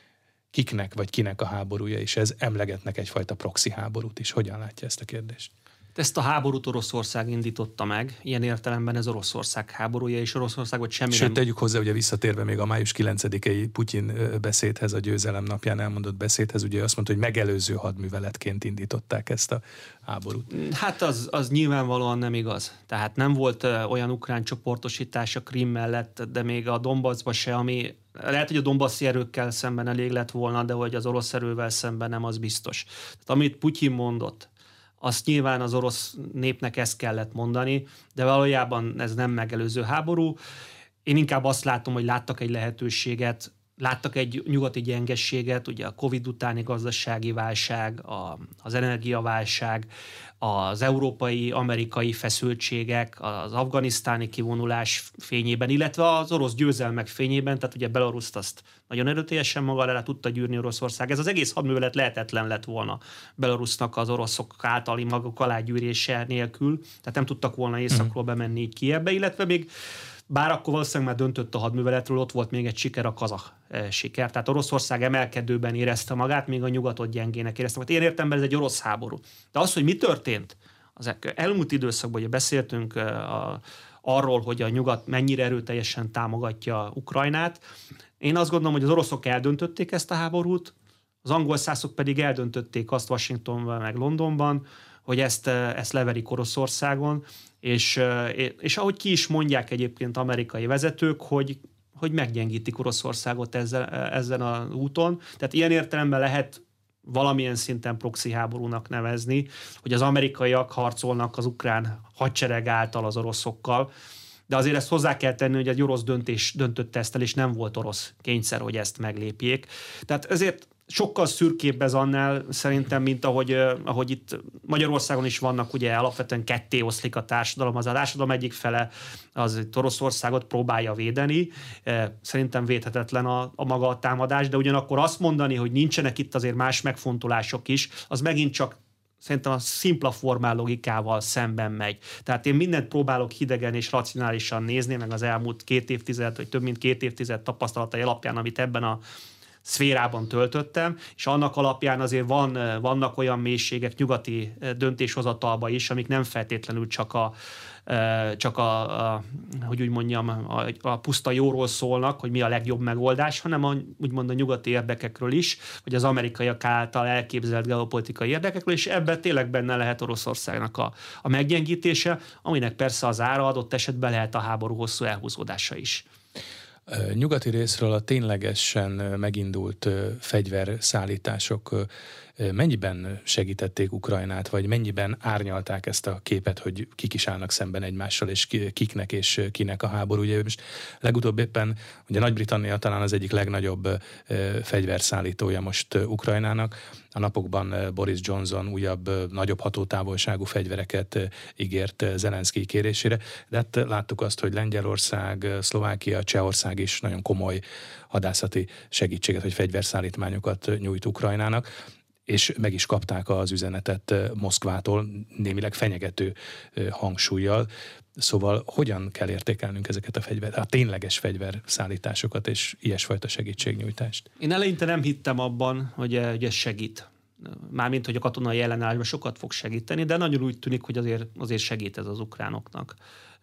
[SPEAKER 1] kiknek vagy kinek a háborúja is ez, emlegetnek egyfajta proxy háborút is. Hogyan látja ezt a kérdést?
[SPEAKER 2] Ezt a háborút Oroszország indította meg, ilyen értelemben ez Oroszország háborúja, és Oroszországot semmi
[SPEAKER 1] Sőt,
[SPEAKER 2] nem...
[SPEAKER 1] tegyük hozzá, ugye visszatérve még a május kilencedikei Putyin beszédhez, a győzelem napján elmondott beszédhez, ugye azt mondta, hogy megelőző hadműveletként indították ezt a háborút.
[SPEAKER 2] Hát az, az nyilvánvalóan nem igaz. Tehát nem volt olyan ukrán csoportosítás a Krím mellett, de még a Donbassba se, ami lehet, hogy a donbassi erőkkel szemben elég lett volna, de hogy az orosz erővel szemben nem, az biztos. Tehát amit Putyin mondott, azt nyilván az orosz népnek ezt kellett mondani, de valójában ez nem megelőző háború. Én inkább azt látom, hogy láttak egy lehetőséget, láttak egy nyugati gyengességet, ugye a Covid utáni gazdasági válság, a, az energiaválság, az európai, amerikai feszültségek, az afganisztáni kivonulás fényében, illetve az orosz győzelmek fényében, tehát ugye Belaruszt azt nagyon erőteljesen maga alá tudta gyűrni Oroszország. Ez az egész hadművelet lehetetlen lett volna Belarusnak az oroszok általi maguk alágyűrése nélkül, tehát nem tudtak volna északról bemenni így Kijevbe, illetve még bár akkor valószínűleg már döntött a hadműveletről, ott volt még egy siker, a kazah e, siker. Tehát Oroszország emelkedőben érezte magát, még a nyugatot gyengének érezte magát. Én értem, ez egy orosz háború. De az, hogy mi történt, az elmúlt időszakban, ugye beszéltünk a, arról, hogy a nyugat mennyire erőteljesen támogatja Ukrajnát. Én azt gondolom, hogy az oroszok eldöntötték ezt a háborút, az angol szászok pedig eldöntötték azt Washingtonban meg Londonban, hogy ezt, ezt leverik Oroszországon, és, és ahogy ki is mondják egyébként amerikai vezetők, hogy, hogy meggyengítik Oroszországot ezzel, ezen az úton. Tehát ilyen értelemben lehet valamilyen szinten proxy háborúnak nevezni, hogy az amerikaiak harcolnak az ukrán hadsereg által az oroszokkal, de azért ezt hozzá kell tenni, hogy egy orosz döntés döntötte ezt el, és nem volt orosz kényszer, hogy ezt meglépjék. Tehát ezért sokkal szürkébb ez annál szerintem, mint ahogy, ahogy itt Magyarországon is vannak, ugye alapvetően ketté oszlik a társadalom. Az a társadalom egyik fele az Oroszországot próbálja védeni. Szerintem védhetetlen a, a maga a támadás, de ugyanakkor azt mondani, hogy nincsenek itt azért más megfontolások is, az megint csak szerintem a szimpla formál logikával szemben megy. Tehát én mindent próbálok hidegen és racionálisan nézni, meg az elmúlt két évtized, vagy több mint két évtized tapasztalatai alapján, amit ebben a szférában töltöttem, és annak alapján azért van, vannak olyan mélységek nyugati döntéshozatalba is, amik nem feltétlenül csak a, csak a, a hogy úgy mondjam, a, a puszta jóról szólnak, hogy mi a legjobb megoldás, hanem a, úgymond a nyugati érdekekről is, vagy az amerikaiak által elképzelt geopolitikai érdekekről, és ebben tényleg benne lehet Oroszországnak a, a meggyengítése, aminek persze az ára adott esetben lehet a háború hosszú elhúzódása is.
[SPEAKER 1] Nyugati részről a ténylegesen megindult fegyverszállítások mennyiben segítették Ukrajnát, vagy mennyiben árnyalták ezt a képet, hogy kik is állnak szemben egymással, és kiknek és kinek a háború? Ugye most legutóbb éppen, ugye Nagy-Britannia talán az egyik legnagyobb fegyverszállítója most Ukrajnának. A napokban Boris Johnson újabb, nagyobb hatótávolságú fegyvereket ígért Zelenszkij kérésére, de hát láttuk azt, hogy Lengyelország, Szlovákia, Csehország is nagyon komoly hadászati segítséget, vagy fegyverszállítmányokat nyújt Ukrajnának, és meg is kapták az üzenetet Moszkvától némileg fenyegető hangsúllyal. Szóval hogyan kell értékelnünk ezeket a fegyver, a tényleges fegyverszállításokat és ilyesfajta segítségnyújtást?
[SPEAKER 2] Én eleinte nem hittem abban, hogy, hogy ez segít. Mármint, hogy a katonai ellenállásban sokat fog segíteni, de nagyon úgy tűnik, hogy azért, azért segít ez az ukránoknak.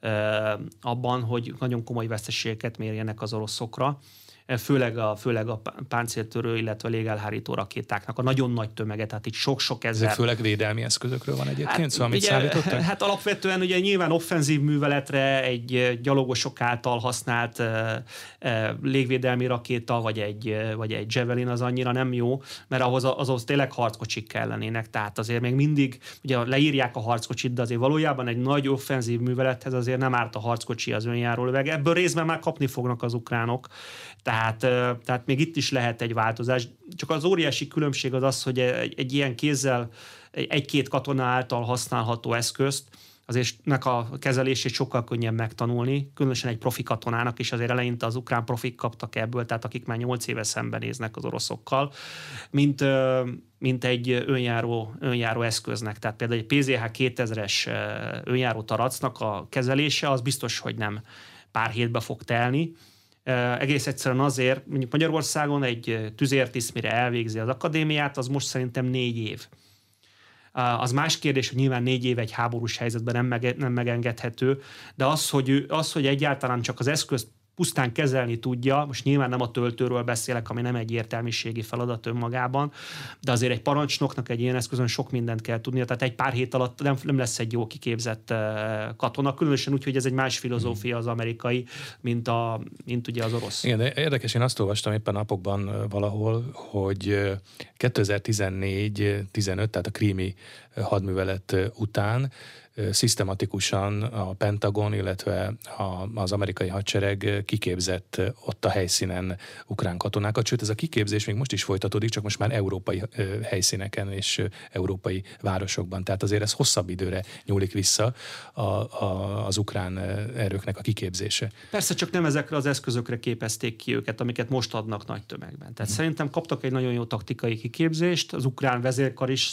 [SPEAKER 2] Abban, hogy nagyon komoly veszteségeket mérjenek az oroszokra, főleg a, főleg a páncéltörő, illetve légelhárító rakétáknak a nagyon nagy tömege, tehát itt sok-sok ezer...
[SPEAKER 1] Ezek főleg védelmi eszközökről van egyébként,
[SPEAKER 2] hát,
[SPEAKER 1] szóval amit
[SPEAKER 2] ugye,
[SPEAKER 1] szállítottak?
[SPEAKER 2] Hát alapvetően ugye nyilván offenzív műveletre egy gyalogosok által használt uh, uh, légvédelmi rakéta, vagy egy, uh, vagy egy Javelin az annyira nem jó, mert ahhoz, ahhoz tényleg harckocsik kellenének, tehát azért még mindig, ugye leírják a harckocsit, de azért valójában egy nagy offenzív művelethez azért nem árt a harckocsi az önjáró löveg. Ebből részben már kapni fognak az ukránok, tehát Tehát, tehát még itt is lehet egy változás. Csak az óriási különbség az az, hogy egy, egy ilyen kézzel egy-két katona által használható eszközt, azért nek a kezelését sokkal könnyebb megtanulni, különösen egy profi katonának, és azért eleinte az ukrán profik kaptak ebből, tehát akik már nyolc éve szembenéznek az oroszokkal, mint, mint egy önjáró, önjáró eszköznek. Tehát például egy pé zé há kétezres önjáró taracnak a kezelése, az biztos, hogy nem pár hétbe fog telni. Egész egyszerűen azért, mondjuk Magyarországon egy tüzértiszt, mire elvégzi az akadémiát, az most szerintem négy év. Az más kérdés, hogy nyilván négy év egy háborús helyzetben nem, mege, nem megengedhető, de az hogy, az, hogy egyáltalán csak az eszközt pusztán kezelni tudja, most nyilván nem a töltőről beszélek, ami nem egy értelmiségi feladat önmagában, de azért egy parancsnoknak egy ilyen eszközön sok mindent kell tudnia, tehát egy pár hét alatt nem, nem lesz egy jó kiképzett katona, különösen úgy, hogy ez egy más filozófia az amerikai, mint, a, mint ugye az orosz.
[SPEAKER 1] Igen, de érdekes, én azt olvastam éppen napokban valahol, hogy kétezer-tizennégy tizenöt, tehát a krími hadművelet után szisztematikusan a Pentagon, illetve a, az amerikai hadsereg kiképzett ott a helyszínen ukrán katonákat, sőt ez a kiképzés még most is folytatódik, csak most már európai helyszíneken és európai városokban. Tehát azért ez hosszabb időre nyúlik vissza a, a, az ukrán erőknek a kiképzése.
[SPEAKER 2] Persze, csak nem ezekre az eszközökre képezték ki őket, amiket most adnak nagy tömegben. Tehát hmm. szerintem kaptak egy nagyon jó taktikai kiképzést, az ukrán vezérkar is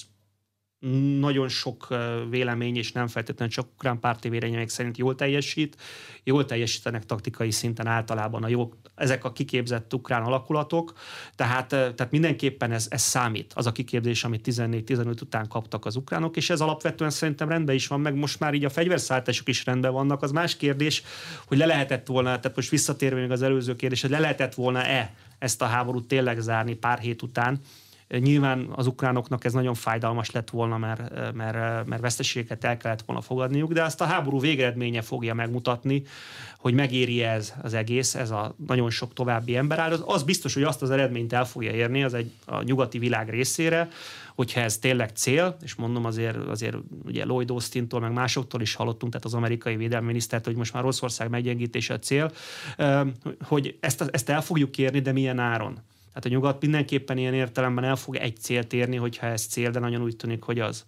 [SPEAKER 2] nagyon sok vélemény, és nem feltétlenül csak ukrán párti vélemények szerint jól teljesít. Jól teljesítenek taktikai szinten általában a jó, ezek a kiképzett ukrán alakulatok. Tehát, tehát mindenképpen ez, ez számít, az a kiképzés, amit tizennégy tizenöt után kaptak az ukránok, és ez alapvetően szerintem rendben is van, meg most már így a fegyverszállítások is rendben vannak. Az más kérdés, hogy le lehetett volna, tehát most visszatérve még az előző kérdés, hogy le lehetett volna-e ezt a háborút tényleg zárni pár hét után. Nyilván az ukránoknak ez nagyon fájdalmas lett volna, mert, mert, mert veszteségeket el kellett volna fogadniuk, de azt a háború végeredménye fogja megmutatni, hogy megéri ez az egész, ez a nagyon sok további ember áll. Az biztos, hogy azt az eredményt el fogja érni az egy, a nyugati világ részére, hogyha ez tényleg cél, és mondom azért, azért ugye Lloyd Austintól, meg másoktól is hallottunk, tehát az amerikai védelmi minisztertől, hogy most már Oroszország meggyengítése a cél, hogy ezt, ezt el fogjuk érni, de milyen áron. Tehát a nyugat mindenképpen ilyen értelemben el fog egy célt érni, hogyha ez cél, de nagyon úgy tűnik, hogy az.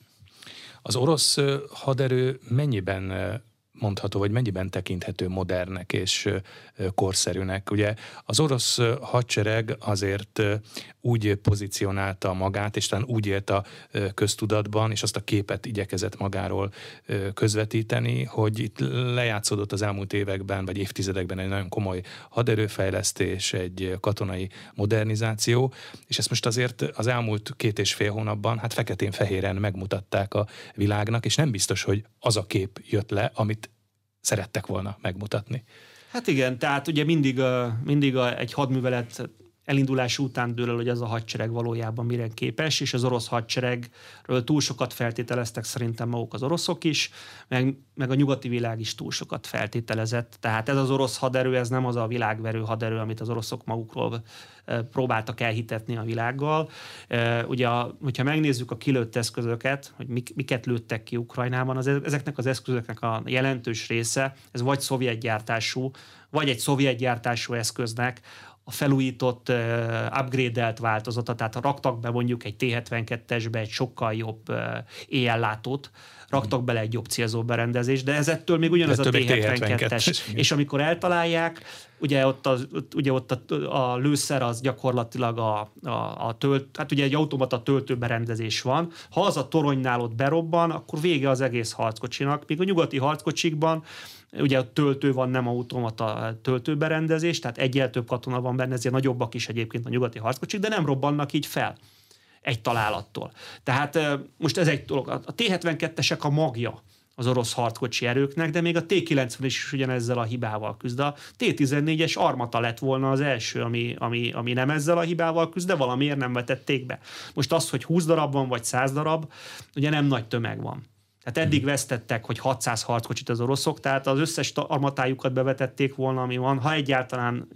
[SPEAKER 1] Az orosz haderő mennyiben mondható, vagy mennyiben tekinthető modernnek és korszerűnek? Ugye az orosz hadsereg azért úgy pozícionálta magát, és talán úgy élt a köztudatban, és azt a képet igyekezett magáról közvetíteni, hogy itt lejátszódott az elmúlt években, vagy évtizedekben egy nagyon komoly haderőfejlesztés, egy katonai modernizáció, és ezt most azért az elmúlt két és fél hónapban hát feketén-fehéren megmutatták a világnak, és nem biztos, hogy az a kép jött le, amit szerettek volna megmutatni.
[SPEAKER 2] Hát igen, tehát ugye mindig, a, mindig a, egy hadművelet elindulás után dől el, hogy ez a hadsereg valójában mire képes, és az orosz hadseregről túl sokat feltételeztek szerintem maguk az oroszok is, meg, meg a nyugati világ is túl sokat feltételezett. Tehát ez az orosz haderő, ez nem az a világverő haderő, amit az oroszok magukról próbáltak elhitetni a világgal. Ugye, hogyha megnézzük a kilőtt eszközöket, hogy mik, miket lőttek ki Ukrajnában, az, ezeknek az eszközöknek a jelentős része, ez vagy szovjet gyártású, vagy egy szovjet gyártású eszköznek a felújított, uh, upgrade-elt változata, tehát raktak be mondjuk egy té hetvenkettesbe egy sokkal jobb uh, éjjellátót, raktak bele egy jobb célzó berendezést, de ez ettől még ugyanaz a té hetvenkettes. És amikor eltalálják, ugye ott, az, ugye ott a, a lőszer az gyakorlatilag a, a, a tölt, hát ugye egy automata töltőberendezés van. Ha az a toronynál ott berobban, akkor vége az egész harckocsinak. Míg a nyugati harckocsikban ugye a töltő van, nem automata töltőberendezés, tehát egyel több katona van benne, ezért nagyobbak is egyébként a nyugati harckocsik, de nem robbannak így fel egy találattól. Tehát most ez egy dolog. A té hetvenkettesek a magja az orosz harckocsi erőknek, de még a té kilencven is ugyanezzel a hibával küzd. A té tizennégyes Armata lett volna az első, ami, ami, ami nem ezzel a hibával küzd, de valamiért nem vetették be. Most az, hogy húsz darab van, vagy száz darab, ugye nem nagy tömeg van. Tehát eddig vesztettek, hogy hatszáz harckocsit az oroszok, tehát az összes armatájukat bevetették volna, ami van, ha egyáltalán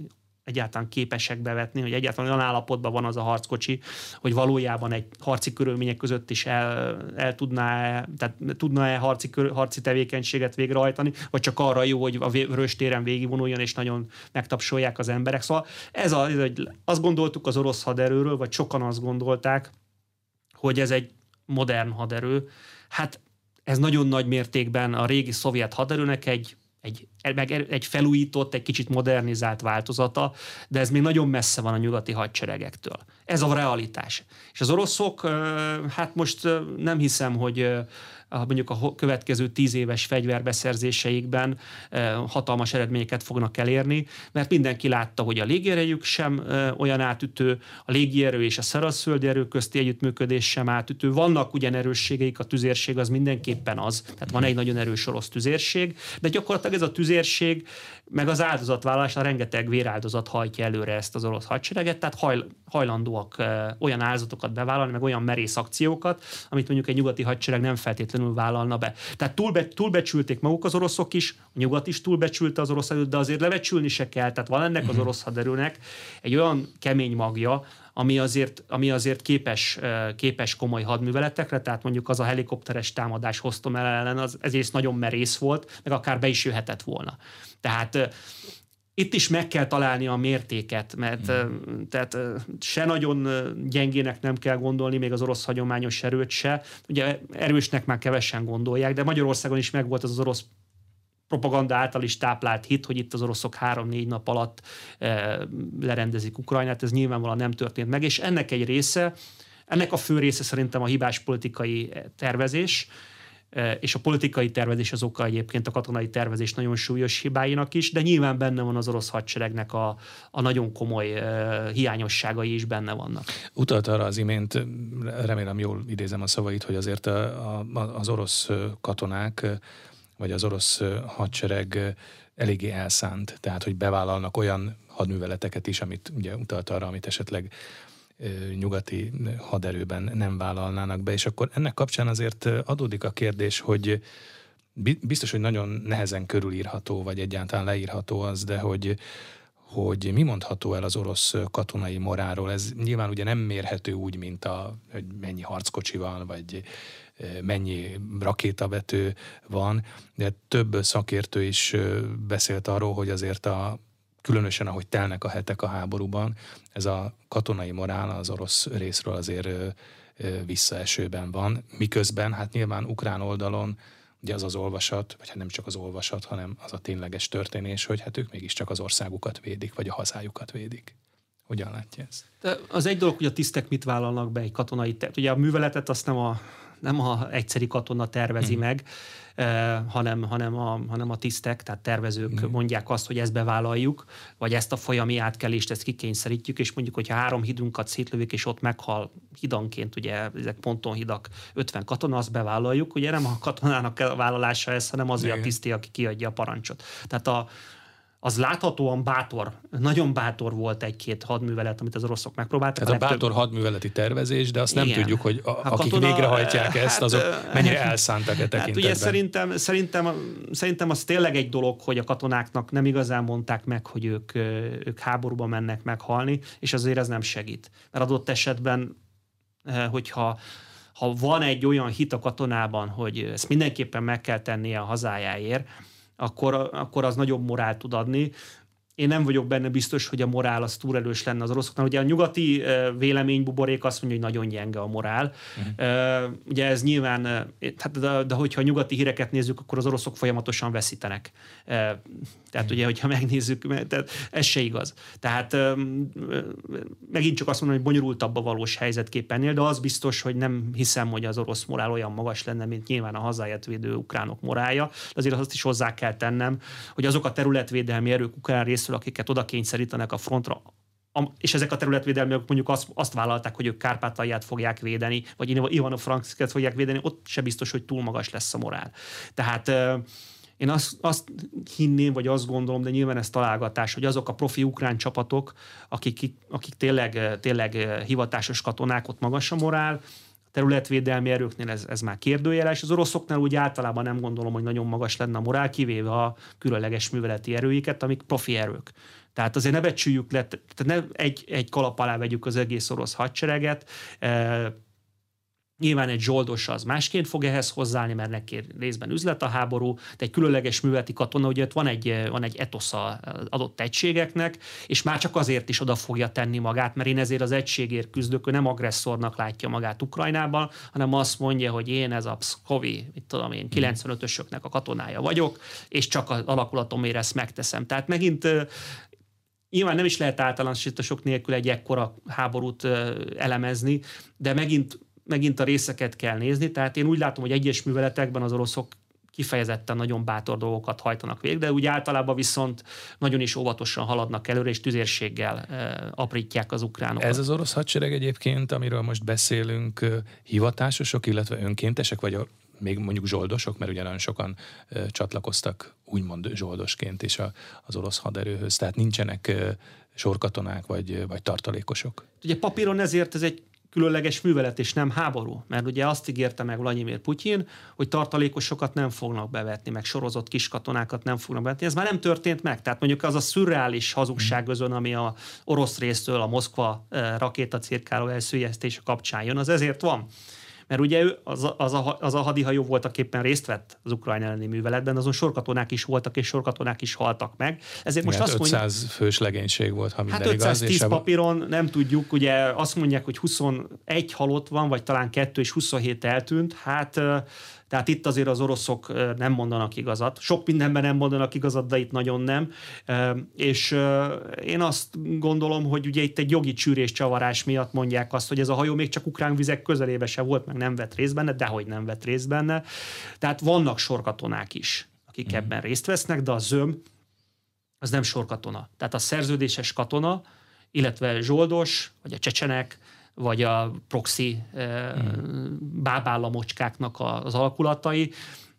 [SPEAKER 2] egyáltalán képesek bevetni, hogy egyáltalán olyan állapotban van az a harckocsi, hogy valójában egy harci körülmények között is el, el tudná, tehát tudna-e harci, harci tevékenységet végrehajtani, vagy csak arra jó, hogy a Vörös téren végigvonuljon, és nagyon megtapsolják az emberek. Szóval ez a, ez egy, azt gondoltuk az orosz haderőről, vagy sokan azt gondolták, hogy ez egy modern haderő. Hát ez nagyon nagy mértékben a régi szovjet haderőnek egy Egy, egy felújított, egy kicsit modernizált változata, de ez még nagyon messze van a nyugati hadseregektől. Ez a realitás. És az oroszok, hát most nem hiszem, hogy mondjuk a következő tíz éves fegyverbeszerzéseikben hatalmas eredményeket fognak elérni, mert mindenki látta, hogy a légierejük sem olyan átütő, a légierő és a szárazföldi erő közti együttműködés sem átütő. Vannak ugyan erősségeik, a tüzérség az mindenképpen az, tehát van egy nagyon erős orosz tüzérség, de gyakorlatilag ez a tüzérség, meg az áldozatvállalás, a rengeteg véráldozat hajtja előre ezt az orosz hadsereget, tehát hajl, hajlandóak olyan áldozatokat bevállalni, meg olyan merész akciókat, amit mondjuk egy nyugati hadsereg nem feltétlenül vállalna be. Tehát túlbe, túlbecsülték maguk az oroszok is, a nyugat is túlbecsülte az orosz haderőt, de azért lebecsülni se kell. Tehát van ennek az orosz haderőnek egy olyan kemény magja, ami azért, ami azért képes, képes komoly hadműveletekre, tehát mondjuk az a helikopteres támadás Hostomel ellen, az ezért nagyon merész volt, meg akár be is jöhetett volna. Tehát itt is meg kell találni a mértéket, mert mm. tehát se nagyon gyengének nem kell gondolni, még az orosz hagyományos erőt se. Ugye erősnek már kevesen gondolják, de Magyarországon is megvolt az az orosz propaganda által is táplált hit, hogy itt az oroszok három-négy nap alatt e, lerendezik Ukrajnát, ez nyilvánvalóan nem történt meg, és ennek egy része, ennek a fő része szerintem a hibás politikai tervezés, e, és a politikai tervezés az oka egyébként a katonai tervezés nagyon súlyos hibáinak is, de nyilván benne van az orosz hadseregnek a, a nagyon komoly e, hiányosságai is benne vannak.
[SPEAKER 1] Utalt arra az imént, remélem jól idézem a szavait, hogy azért a, a, az orosz katonák vagy az orosz hadsereg eléggé elszánt, tehát hogy bevállalnak olyan hadműveleteket is, amit ugye utalt arra, amit esetleg nyugati haderőben nem vállalnának be, és akkor ennek kapcsán azért adódik a kérdés, hogy biztos, hogy nagyon nehezen körülírható, vagy egyáltalán leírható az, de hogy, hogy mi mondható el az orosz katonai morálról. Ez nyilván ugye nem mérhető úgy, mint a, hogy mennyi harckocsi van, vagy mennyi rakétavető van, de több szakértő is beszélt arról, hogy azért a, különösen ahogy telnek a hetek a háborúban, ez a katonai morál az orosz részről azért visszaesőben van, miközben hát nyilván ukrán oldalon ugye az az olvasat, vagy hát nem csak az olvasat, hanem az a tényleges történés, hogy hát ők mégiscsak az országukat védik, vagy a hazájukat védik. Hogyan látja ezt?
[SPEAKER 2] De az egy dolog, hogy a tisztek mit vállalnak be egy katonai terv. Ugye a műveletet azt nem a nem a egyszeri katona tervezi mm. meg, eh, hanem, hanem, a, hanem a tisztek, tehát tervezők mm. mondják azt, hogy ezt bevállaljuk, vagy ezt a folyami átkelést, ezt kikényszerítjük, és mondjuk, hogyha három hidunkat szétlövik, és ott meghal hidanként, ugye ezek pontonhidak, ötven katona, azt bevállaljuk, ugye nem a katonának a vállalása ez, hanem az, hogy a tiszti, aki kiadja a parancsot. Tehát a az láthatóan bátor, nagyon bátor volt egy-két hadművelet, amit az oroszok megpróbáltak.
[SPEAKER 1] Tehát a, a bátor hadműveleti tervezés, de azt igen. nem tudjuk, hogy a, akik katona, végrehajtják ezt, hát, azok mennyire elszántak e tekintetben. Hát
[SPEAKER 2] ugye szerintem, szerintem, szerintem az tényleg egy dolog, hogy a katonáknak nem igazán mondták meg, hogy ők, ők háborúba mennek meghalni, és azért ez nem segít. Mert adott esetben, hogyha ha van egy olyan hit a katonában, hogy ezt mindenképpen meg kell tennie a hazájáért, Akkor, akkor az nagyobb morált tud adni. Én nem vagyok benne biztos, hogy a morál az túl erős lenne az oroszoknál. Ugye a nyugati véleménybuborék azt mondja, hogy nagyon gyenge a morál. Uh-huh. Ugye ez nyilván, hát de, de hogyha a nyugati híreket nézzük, akkor az oroszok folyamatosan veszítenek. Tehát uh-huh. ugye, hogyha megnézzük, tehát ez se igaz. Tehát megint csak azt mondom, hogy bonyolultabb a valós helyzetkép ennél, de az biztos, hogy nem hiszem, hogy az orosz morál olyan magas lenne, mint nyilván a hazáját védő ukránok morálja. De azért azt is hozzá kell tennem, hogy azok a területvédelmi erők ukrán részről, akiket oda kényszerítenek a frontra, és ezek a területvédelmiek mondjuk azt, azt vállalták, hogy ők Kárpátalját fogják védeni, vagy Ivano-Frankivsket fogják védeni, ott se biztos, hogy túl magas lesz a morál. Tehát én azt, azt hinném, vagy azt gondolom, de nyilván ez találgatás, hogy azok a profi ukrán csapatok, akik, akik tényleg, tényleg hivatásos katonák, ott magas a morál, a területvédelmi erőknél ez, ez már kérdőjeles. Az oroszoknál úgy általában nem gondolom, hogy nagyon magas lenne a morál, kivéve a különleges műveleti erőiket, amik profi erők. Tehát azért ne becsüljük le, tehát ne egy, egy kalap alá vegyük az egész orosz hadsereget. E, nyilván egy zsoldos az másként fog ehhez hozzáállni, mert neki részben üzlet a háború, de egy különleges műveleti katona, ugye ott van egy, van egy etosza adott egységeknek, és már csak azért is oda fogja tenni magát, mert én ezért az egységért küzdök, ő nem agresszornak látja magát Ukrajnában, hanem azt mondja, hogy én ez a Pszkovi, mit tudom én, kilencvenötösöknek a katonája vagyok, és csak az alakulatomért ezt megteszem. Tehát megint nyilván nem is lehet általánosítások nélkül egy ekkora háborút elemezni, de megint, megint a részeket kell nézni. Tehát én úgy látom, hogy egyes műveletekben az oroszok kifejezetten nagyon bátor dolgokat hajtanak végre, de úgy általában viszont nagyon is óvatosan haladnak előre, és tüzérséggel aprítják az ukránokat.
[SPEAKER 1] Ez az orosz hadsereg egyébként, amiről most beszélünk, hivatásosok, illetve önkéntesek, vagy a még mondjuk zsoldosok, mert ugye nagyon sokan ö, csatlakoztak úgymond zsoldosként is a, az orosz haderőhöz, tehát nincsenek ö, sorkatonák vagy, vagy tartalékosok.
[SPEAKER 2] Ugye papíron ezért ez egy különleges művelet és nem háború, mert ugye azt ígérte meg Vladimir Putyin, hogy tartalékosokat nem fognak bevetni, meg sorozott kiskatonákat nem fognak bevetni. Ez már nem történt meg. Tehát mondjuk az a szürreális hazugságözön, ami a orosz résztől a Moszkva rakétacirkáló elszűjesztése kapcsán jön, az ezért van. Mert ugye ő, az, a, az, a, az a hadihajó voltaképpen részt vett az Ukrajna elleni műveletben, azon sorkatonák is voltak, és sorkatonák is haltak meg. Ezért most
[SPEAKER 1] hát
[SPEAKER 2] azt mondjuk,
[SPEAKER 1] ötszáz fős legénység volt, ha minden
[SPEAKER 2] hát ötszáztíz
[SPEAKER 1] igaz.
[SPEAKER 2] papíron nem tudjuk, ugye azt mondják, hogy huszonegy halott van, vagy talán kettő és huszonhét eltűnt, hát tehát itt azért az oroszok nem mondanak igazat. Sok mindenben nem mondanak igazat, de itt nagyon nem. És én azt gondolom, hogy ugye itt egy jogi csűrés csavarás miatt mondják azt, hogy ez a hajó még csak ukrán vizek közelébe se volt, meg nem vett részt benne, dehogy nem vett részt benne. Tehát vannak sorkatonák is, akik mm. ebben részt vesznek, de a zöm az nem sorkatona. Tehát a szerződéses katona, illetve zsoldos, vagy a csecsenek, vagy a proxy hmm. bábállamocskáknak az alakulatai.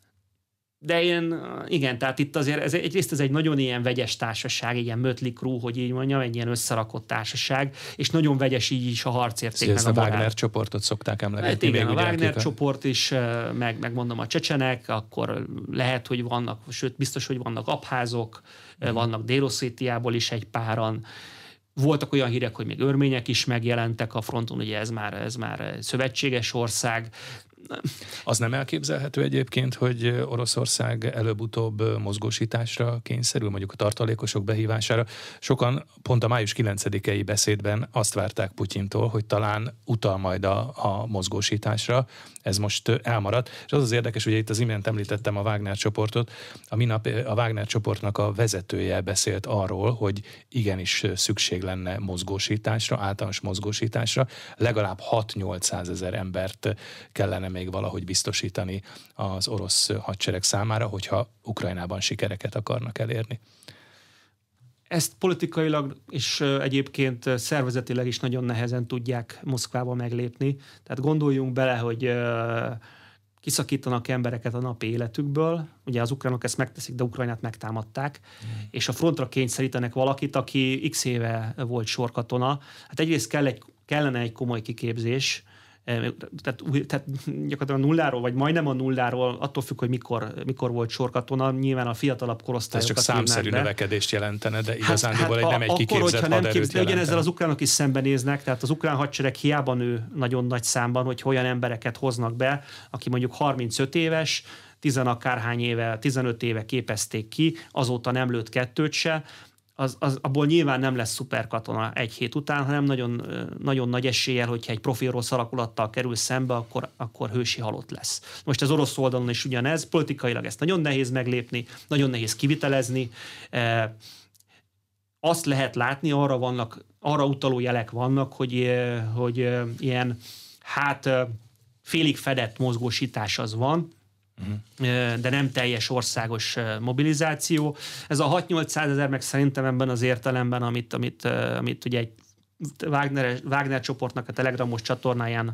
[SPEAKER 2] De én, igen, tehát itt azért ez, egyrészt ez egy nagyon ilyen vegyes társaság, egy ilyen Mötley Crüe, hogy így mondjam, egy ilyen összerakott társaság, és nagyon vegyes így is a harcérték.
[SPEAKER 1] Ezt a, a Wagner csoportot szokták emlegetni.
[SPEAKER 2] Hát igen, a Wagner csoport is, meg, meg mondom a csecsenek, akkor lehet, hogy vannak, sőt biztos, hogy vannak abházok, hmm. vannak Dél-Oszétiából is egy páran. Voltak olyan hírek, hogy még örmények is megjelentek a fronton, ugye ez már, ez már szövetséges ország.
[SPEAKER 1] Az nem elképzelhető egyébként, hogy Oroszország előbb-utóbb mozgósításra kényszerül, mondjuk a tartalékosok behívására. Sokan pont a május kilencedikei beszédben azt várták Putyintól, hogy talán utal majd a, a mozgósításra. Ez most elmaradt. És az az érdekes, ugye itt az imént említettem a Wagner csoportot. A minap a Wagner csoportnak a vezetője beszélt arról, hogy igenis szükség lenne mozgósításra, általános mozgósításra. Legalább hat-nyolcszázezer embert kellene még valahogy biztosítani az orosz hadsereg számára, hogyha Ukrajnában sikereket akarnak elérni.
[SPEAKER 2] Ezt politikailag és egyébként szervezetileg is nagyon nehezen tudják Moszkvába meglépni. Tehát gondoljunk bele, hogy kiszakítanak embereket a napi életükből. Ugye az ukránok ezt megteszik, de Ukrajnát megtámadták, mm. és a frontra kényszerítenek valakit, aki x éve volt sorkatona. Hát egyrészt kell egy, kellene egy komoly kiképzés, tehát, tehát gyakorlatilag a nulláról, vagy majdnem a nulláról, attól függ, hogy mikor, mikor volt sorkatona, nyilván a fiatalabb korosztályokat.
[SPEAKER 1] Ez csak számszerű növekedést jelentene, de igazándiból hát, hát nem egy
[SPEAKER 2] kiképzett
[SPEAKER 1] haderőt jelentene.
[SPEAKER 2] Képz, de ugyanezzel az ukránok is szembenéznek, tehát az ukrán hadsereg hiába nő nagyon nagy számban, hogy olyan embereket hoznak be, aki mondjuk harmincöt éves, tizenakárhány éve, tizenöt éve képezték ki, azóta nem lőtt kettőt se, Az, az, abból nyilván nem lesz szuperkatona egy hét után, hanem nagyon, nagyon nagy eséllyel, hogyha egy profi orosz alakulattal kerül szembe, akkor, akkor hősi halott lesz. Most az orosz oldalon is ugyanez, politikailag ezt nagyon nehéz meglépni, nagyon nehéz kivitelezni. E, azt lehet látni, arra, vannak, arra utaló jelek vannak, hogy, hogy ilyen hát félig fedett mozgósítás az van, de nem teljes országos mobilizáció. Ez a hat-nyolcszázezer meg szerintem ebben az értelemben, amit, amit, amit ugye egy Wagner, Wagner csoportnak a telegramos csatornáján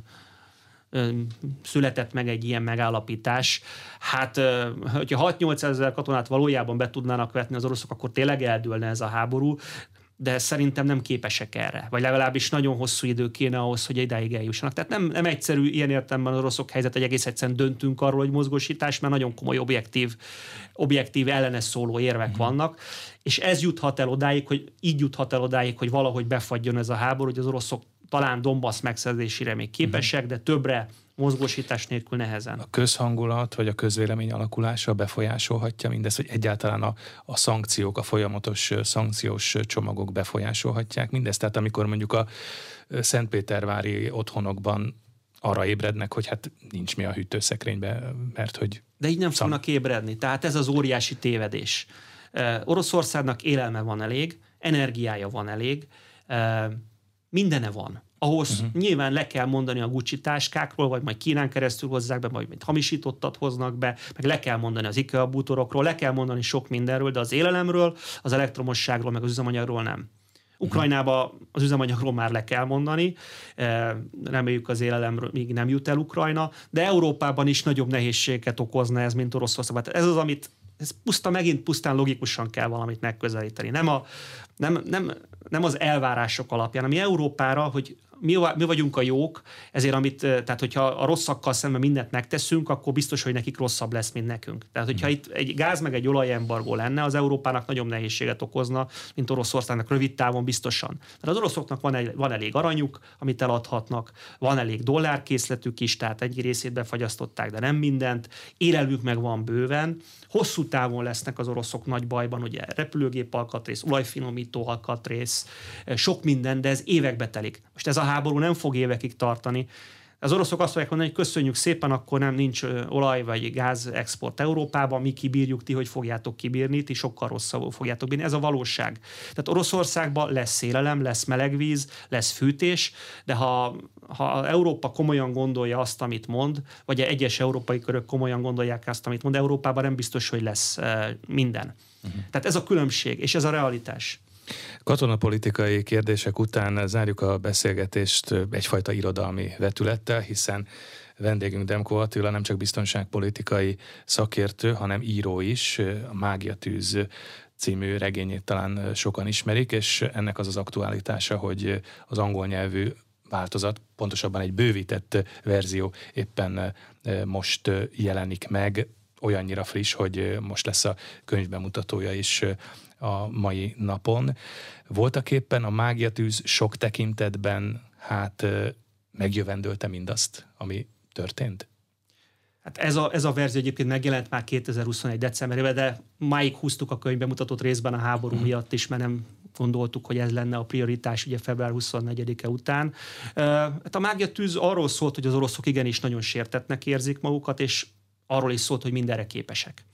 [SPEAKER 2] született meg egy ilyen megállapítás. Hát, hogyha hat-nyolcszázezer katonát valójában be tudnának vetni az oroszok, akkor tényleg eldőlne ez a háború. de szerintem nem képesek erre. Vagy legalábbis nagyon hosszú idő kéne ahhoz, hogy idáig eljussanak. Tehát nem, nem egyszerű ilyen értelemben az oroszok helyzet, hogy egész egyszerűen döntünk arról, hogy mozgósítás, mert nagyon komoly objektív, objektív ellene szóló érvek uh-huh. vannak, és ez juthat el odáig, hogy így juthat el odáig, hogy valahogy befagyjon ez a háború, hogy az oroszok talán Donbass megszerzésére még képesek, uh-huh. de többre mozgósítás nélkül nehezen.
[SPEAKER 1] A közhangulat vagy a közvélemény alakulása befolyásolhatja mindezt, hogy egyáltalán a, a szankciók, a folyamatos szankciós csomagok befolyásolhatják mindezt. Tehát amikor mondjuk a szentpétervári otthonokban arra ébrednek, hogy hát nincs mi a hűtőszekrényben, mert hogy...
[SPEAKER 2] De így nem szam... fognak ébredni. Tehát ez az óriási tévedés. Uh, Oroszországnak élelme van elég, energiája van elég, uh, mindene van. Ahhoz uh-huh. nyilván le kell mondani a Gucci táskákról, vagy majd Kínán keresztül hozzák be, vagy hamisítottat hoznak be, meg le kell mondani az IKEA bútorokról, le kell mondani sok mindenről, de az élelemről, az elektromosságról, meg az üzemanyagról nem. Ukrajnába az üzemanyagról már le kell mondani, reméljük az élelemről még nem jut el Ukrajna, de Európában is nagyobb nehézségeket okozna ez, mint Oroszországban. Ez az, amit ez puszta, megint pusztán logikusan kell valamit megközelíteni. Nem, a, nem, nem, nem az elvárások alapján, ami Európára, hogy mi, mi vagyunk a jók, ezért amit, tehát hogyha a rosszakkal szemben mindent megteszünk, akkor biztos, hogy nekik rosszabb lesz, mint nekünk. Tehát hogyha itt egy gáz meg egy olajembargó lenne, az Európának nagyobb nehézséget okozna, mint Oroszországnak rövid távon biztosan. Mert az oroszoknak van, egy, van elég aranyuk, amit eladhatnak, van elég dollárkészletük is, tehát egy részét befagyasztották, de nem mindent, élelmük meg van bőven. Hosszú távon lesznek az oroszok nagy bajban, ugye repülőgép alkatrész, olajfinomító alkatrész, sok minden, de ez évekbe telik. Most ez a háború nem fog évekig tartani. Az oroszok azt fogják mondani, hogy köszönjük szépen, akkor nem nincs olaj vagy gáz export Európában, mi kibírjuk, ti hogy fogjátok kibírni, ti sokkal rosszabbul fogjátok bírni. Ez a valóság. Tehát Oroszországban lesz szélelem, lesz melegvíz, lesz fűtés, de ha, ha Európa komolyan gondolja azt, amit mond, vagy egyes európai körök komolyan gondolják azt, amit mond, Európában nem biztos, hogy lesz minden. Uh-huh. Tehát ez a különbség, és ez a realitás.
[SPEAKER 1] Katonapolitikai kérdések után zárjuk a beszélgetést egyfajta irodalmi vetülettel, hiszen vendégünk Demko Attila nem csak biztonságpolitikai szakértő, hanem író is. A Mágiatűz című regényét talán sokan ismerik, és ennek az az aktualitása, hogy az angol nyelvű változat, pontosabban egy bővített verzió éppen most jelenik meg, olyannyira friss, hogy most lesz a könyvbemutatója is a mai napon. Voltak éppen a Mágiatűz sok tekintetben hát megjövendölte mindazt, ami történt?
[SPEAKER 2] Hát ez a, ez a verzió egyébként megjelent már kétezer-huszonegy decemberében, de máig húztuk a könyvbemutatót részben a háború hmm. miatt is, mert nem gondoltuk, hogy ez lenne a prioritás ugye február huszonnegyedike után. Hát a Mágiatűz arról szólt, hogy az oroszok igenis nagyon sértettnek érzik magukat, és arról is szólt, hogy mindenre képesek.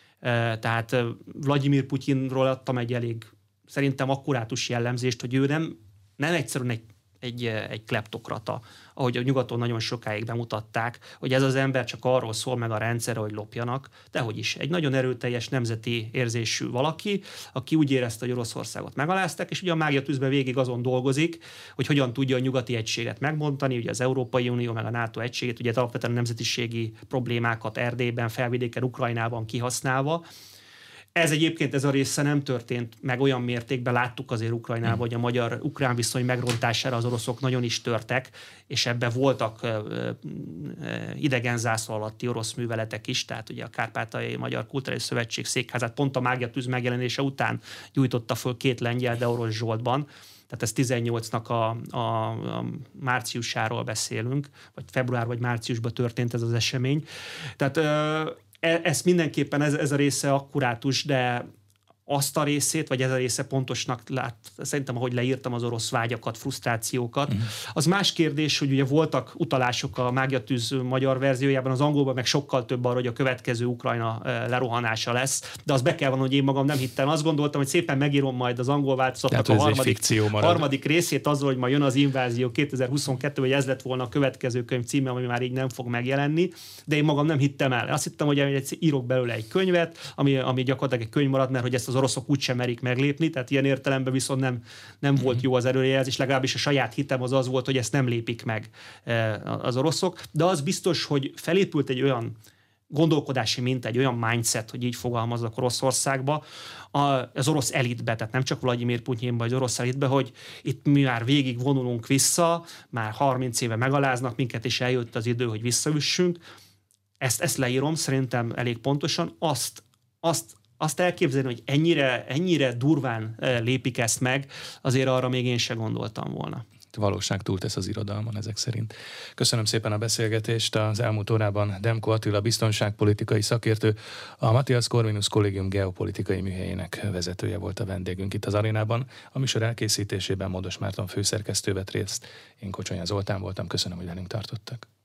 [SPEAKER 2] Tehát Vladimir Putyinról adtam egy elég, szerintem akkurátus jellemzést, hogy ő nem, nem egyszerűen egy, egy, egy kleptokrata, ahogy a nyugaton nagyon sokáig bemutatták, hogy ez az ember csak arról szól meg a rendszerre, hogy lopjanak, dehogy is. Egy nagyon erőteljes nemzeti érzésű valaki, aki úgy érezte, hogy Oroszországot megalázták, és ugye a Mágiatűzben végig azon dolgozik, hogy hogyan tudja a nyugati egységet megbontani, ugye az Európai Unió meg a NATO egységét, ugye alapvetően nemzetiségi problémákat Erdélyben, felvidéken, Ukrajnában kihasználva. Ez egyébként ez a része nem történt meg olyan mértékben, láttuk azért Ukrajnában, hogy a magyar-ukrán viszony megrontására az oroszok nagyon is törtek, és ebben voltak idegen zászló alatti orosz műveletek is, tehát ugye a Kárpátaljai Magyar Kulturális Szövetség székházát pont a Mágiatűz megjelenése után gyújtotta föl két lengyel, de Orosz Zsoltban. Tehát ez tizennyolcnak a, a, a márciusáról beszélünk, vagy február vagy márciusban történt ez az esemény. Tehát ezt mindenképpen ez, ez a része akkurátus, de azt a részét, vagy ez a része pontosnak lát, szerintem, ahogy leírtam az orosz vágyakat, frusztrációkat. Uh-huh. Az más kérdés, hogy ugye voltak utalások a Mágiatűz magyar verziójában, az angolban meg sokkal több arra, hogy a következő Ukrajna lerohanása lesz, de azt be kell vonni, hogy én magam nem hittem. Azt gondoltam, hogy szépen megírom majd az angol változatnak a harmadik, harmadik részét azzal, hogy majd jön az invázió kétezer-huszonkettő, hogy ez lett volna a következő könyv címe, ami már így nem fog megjelenni, de én magam nem hittem el. Azt hittem, hogy írok belőle egy könyvet, ami, ami gyakorlatilag egy könyv marad, mert hogy ezt az oroszok úgysem merik meglépni, tehát ilyen értelemben viszont nem, nem mm-hmm. volt jó az előrejelzés, legalábbis a saját hitem az az volt, hogy ezt nem lépik meg az oroszok, de az biztos, hogy felépült egy olyan gondolkodási minta, egy olyan mindset, hogy így fogalmazok Oroszországba, az orosz elitbe, tehát nem csak Vladimir Putyinba, az orosz elitbe, hogy itt mi már végig vonulunk vissza, már harminc éve megaláznak minket, és eljött az idő, hogy visszaüssünk. Ezt, ezt leírom szerintem elég pontosan. Azt, azt, azt elképzelni, hogy ennyire, ennyire durván lépik ezt meg, azért arra még én se gondoltam volna.
[SPEAKER 1] Valóság túltesz az irodalmon ezek szerint. Köszönöm szépen a beszélgetést. Az elmúlt órában Demko Attila biztonságpolitikai szakértő, a Matthias Corvinus Kollégium geopolitikai műhelyének vezetője volt a vendégünk itt az arénában. A műsor elkészítésében Módos Márton főszerkesztő vett részt. Én Kocsonya Zoltán voltam. Köszönöm, hogy velünk tartottak.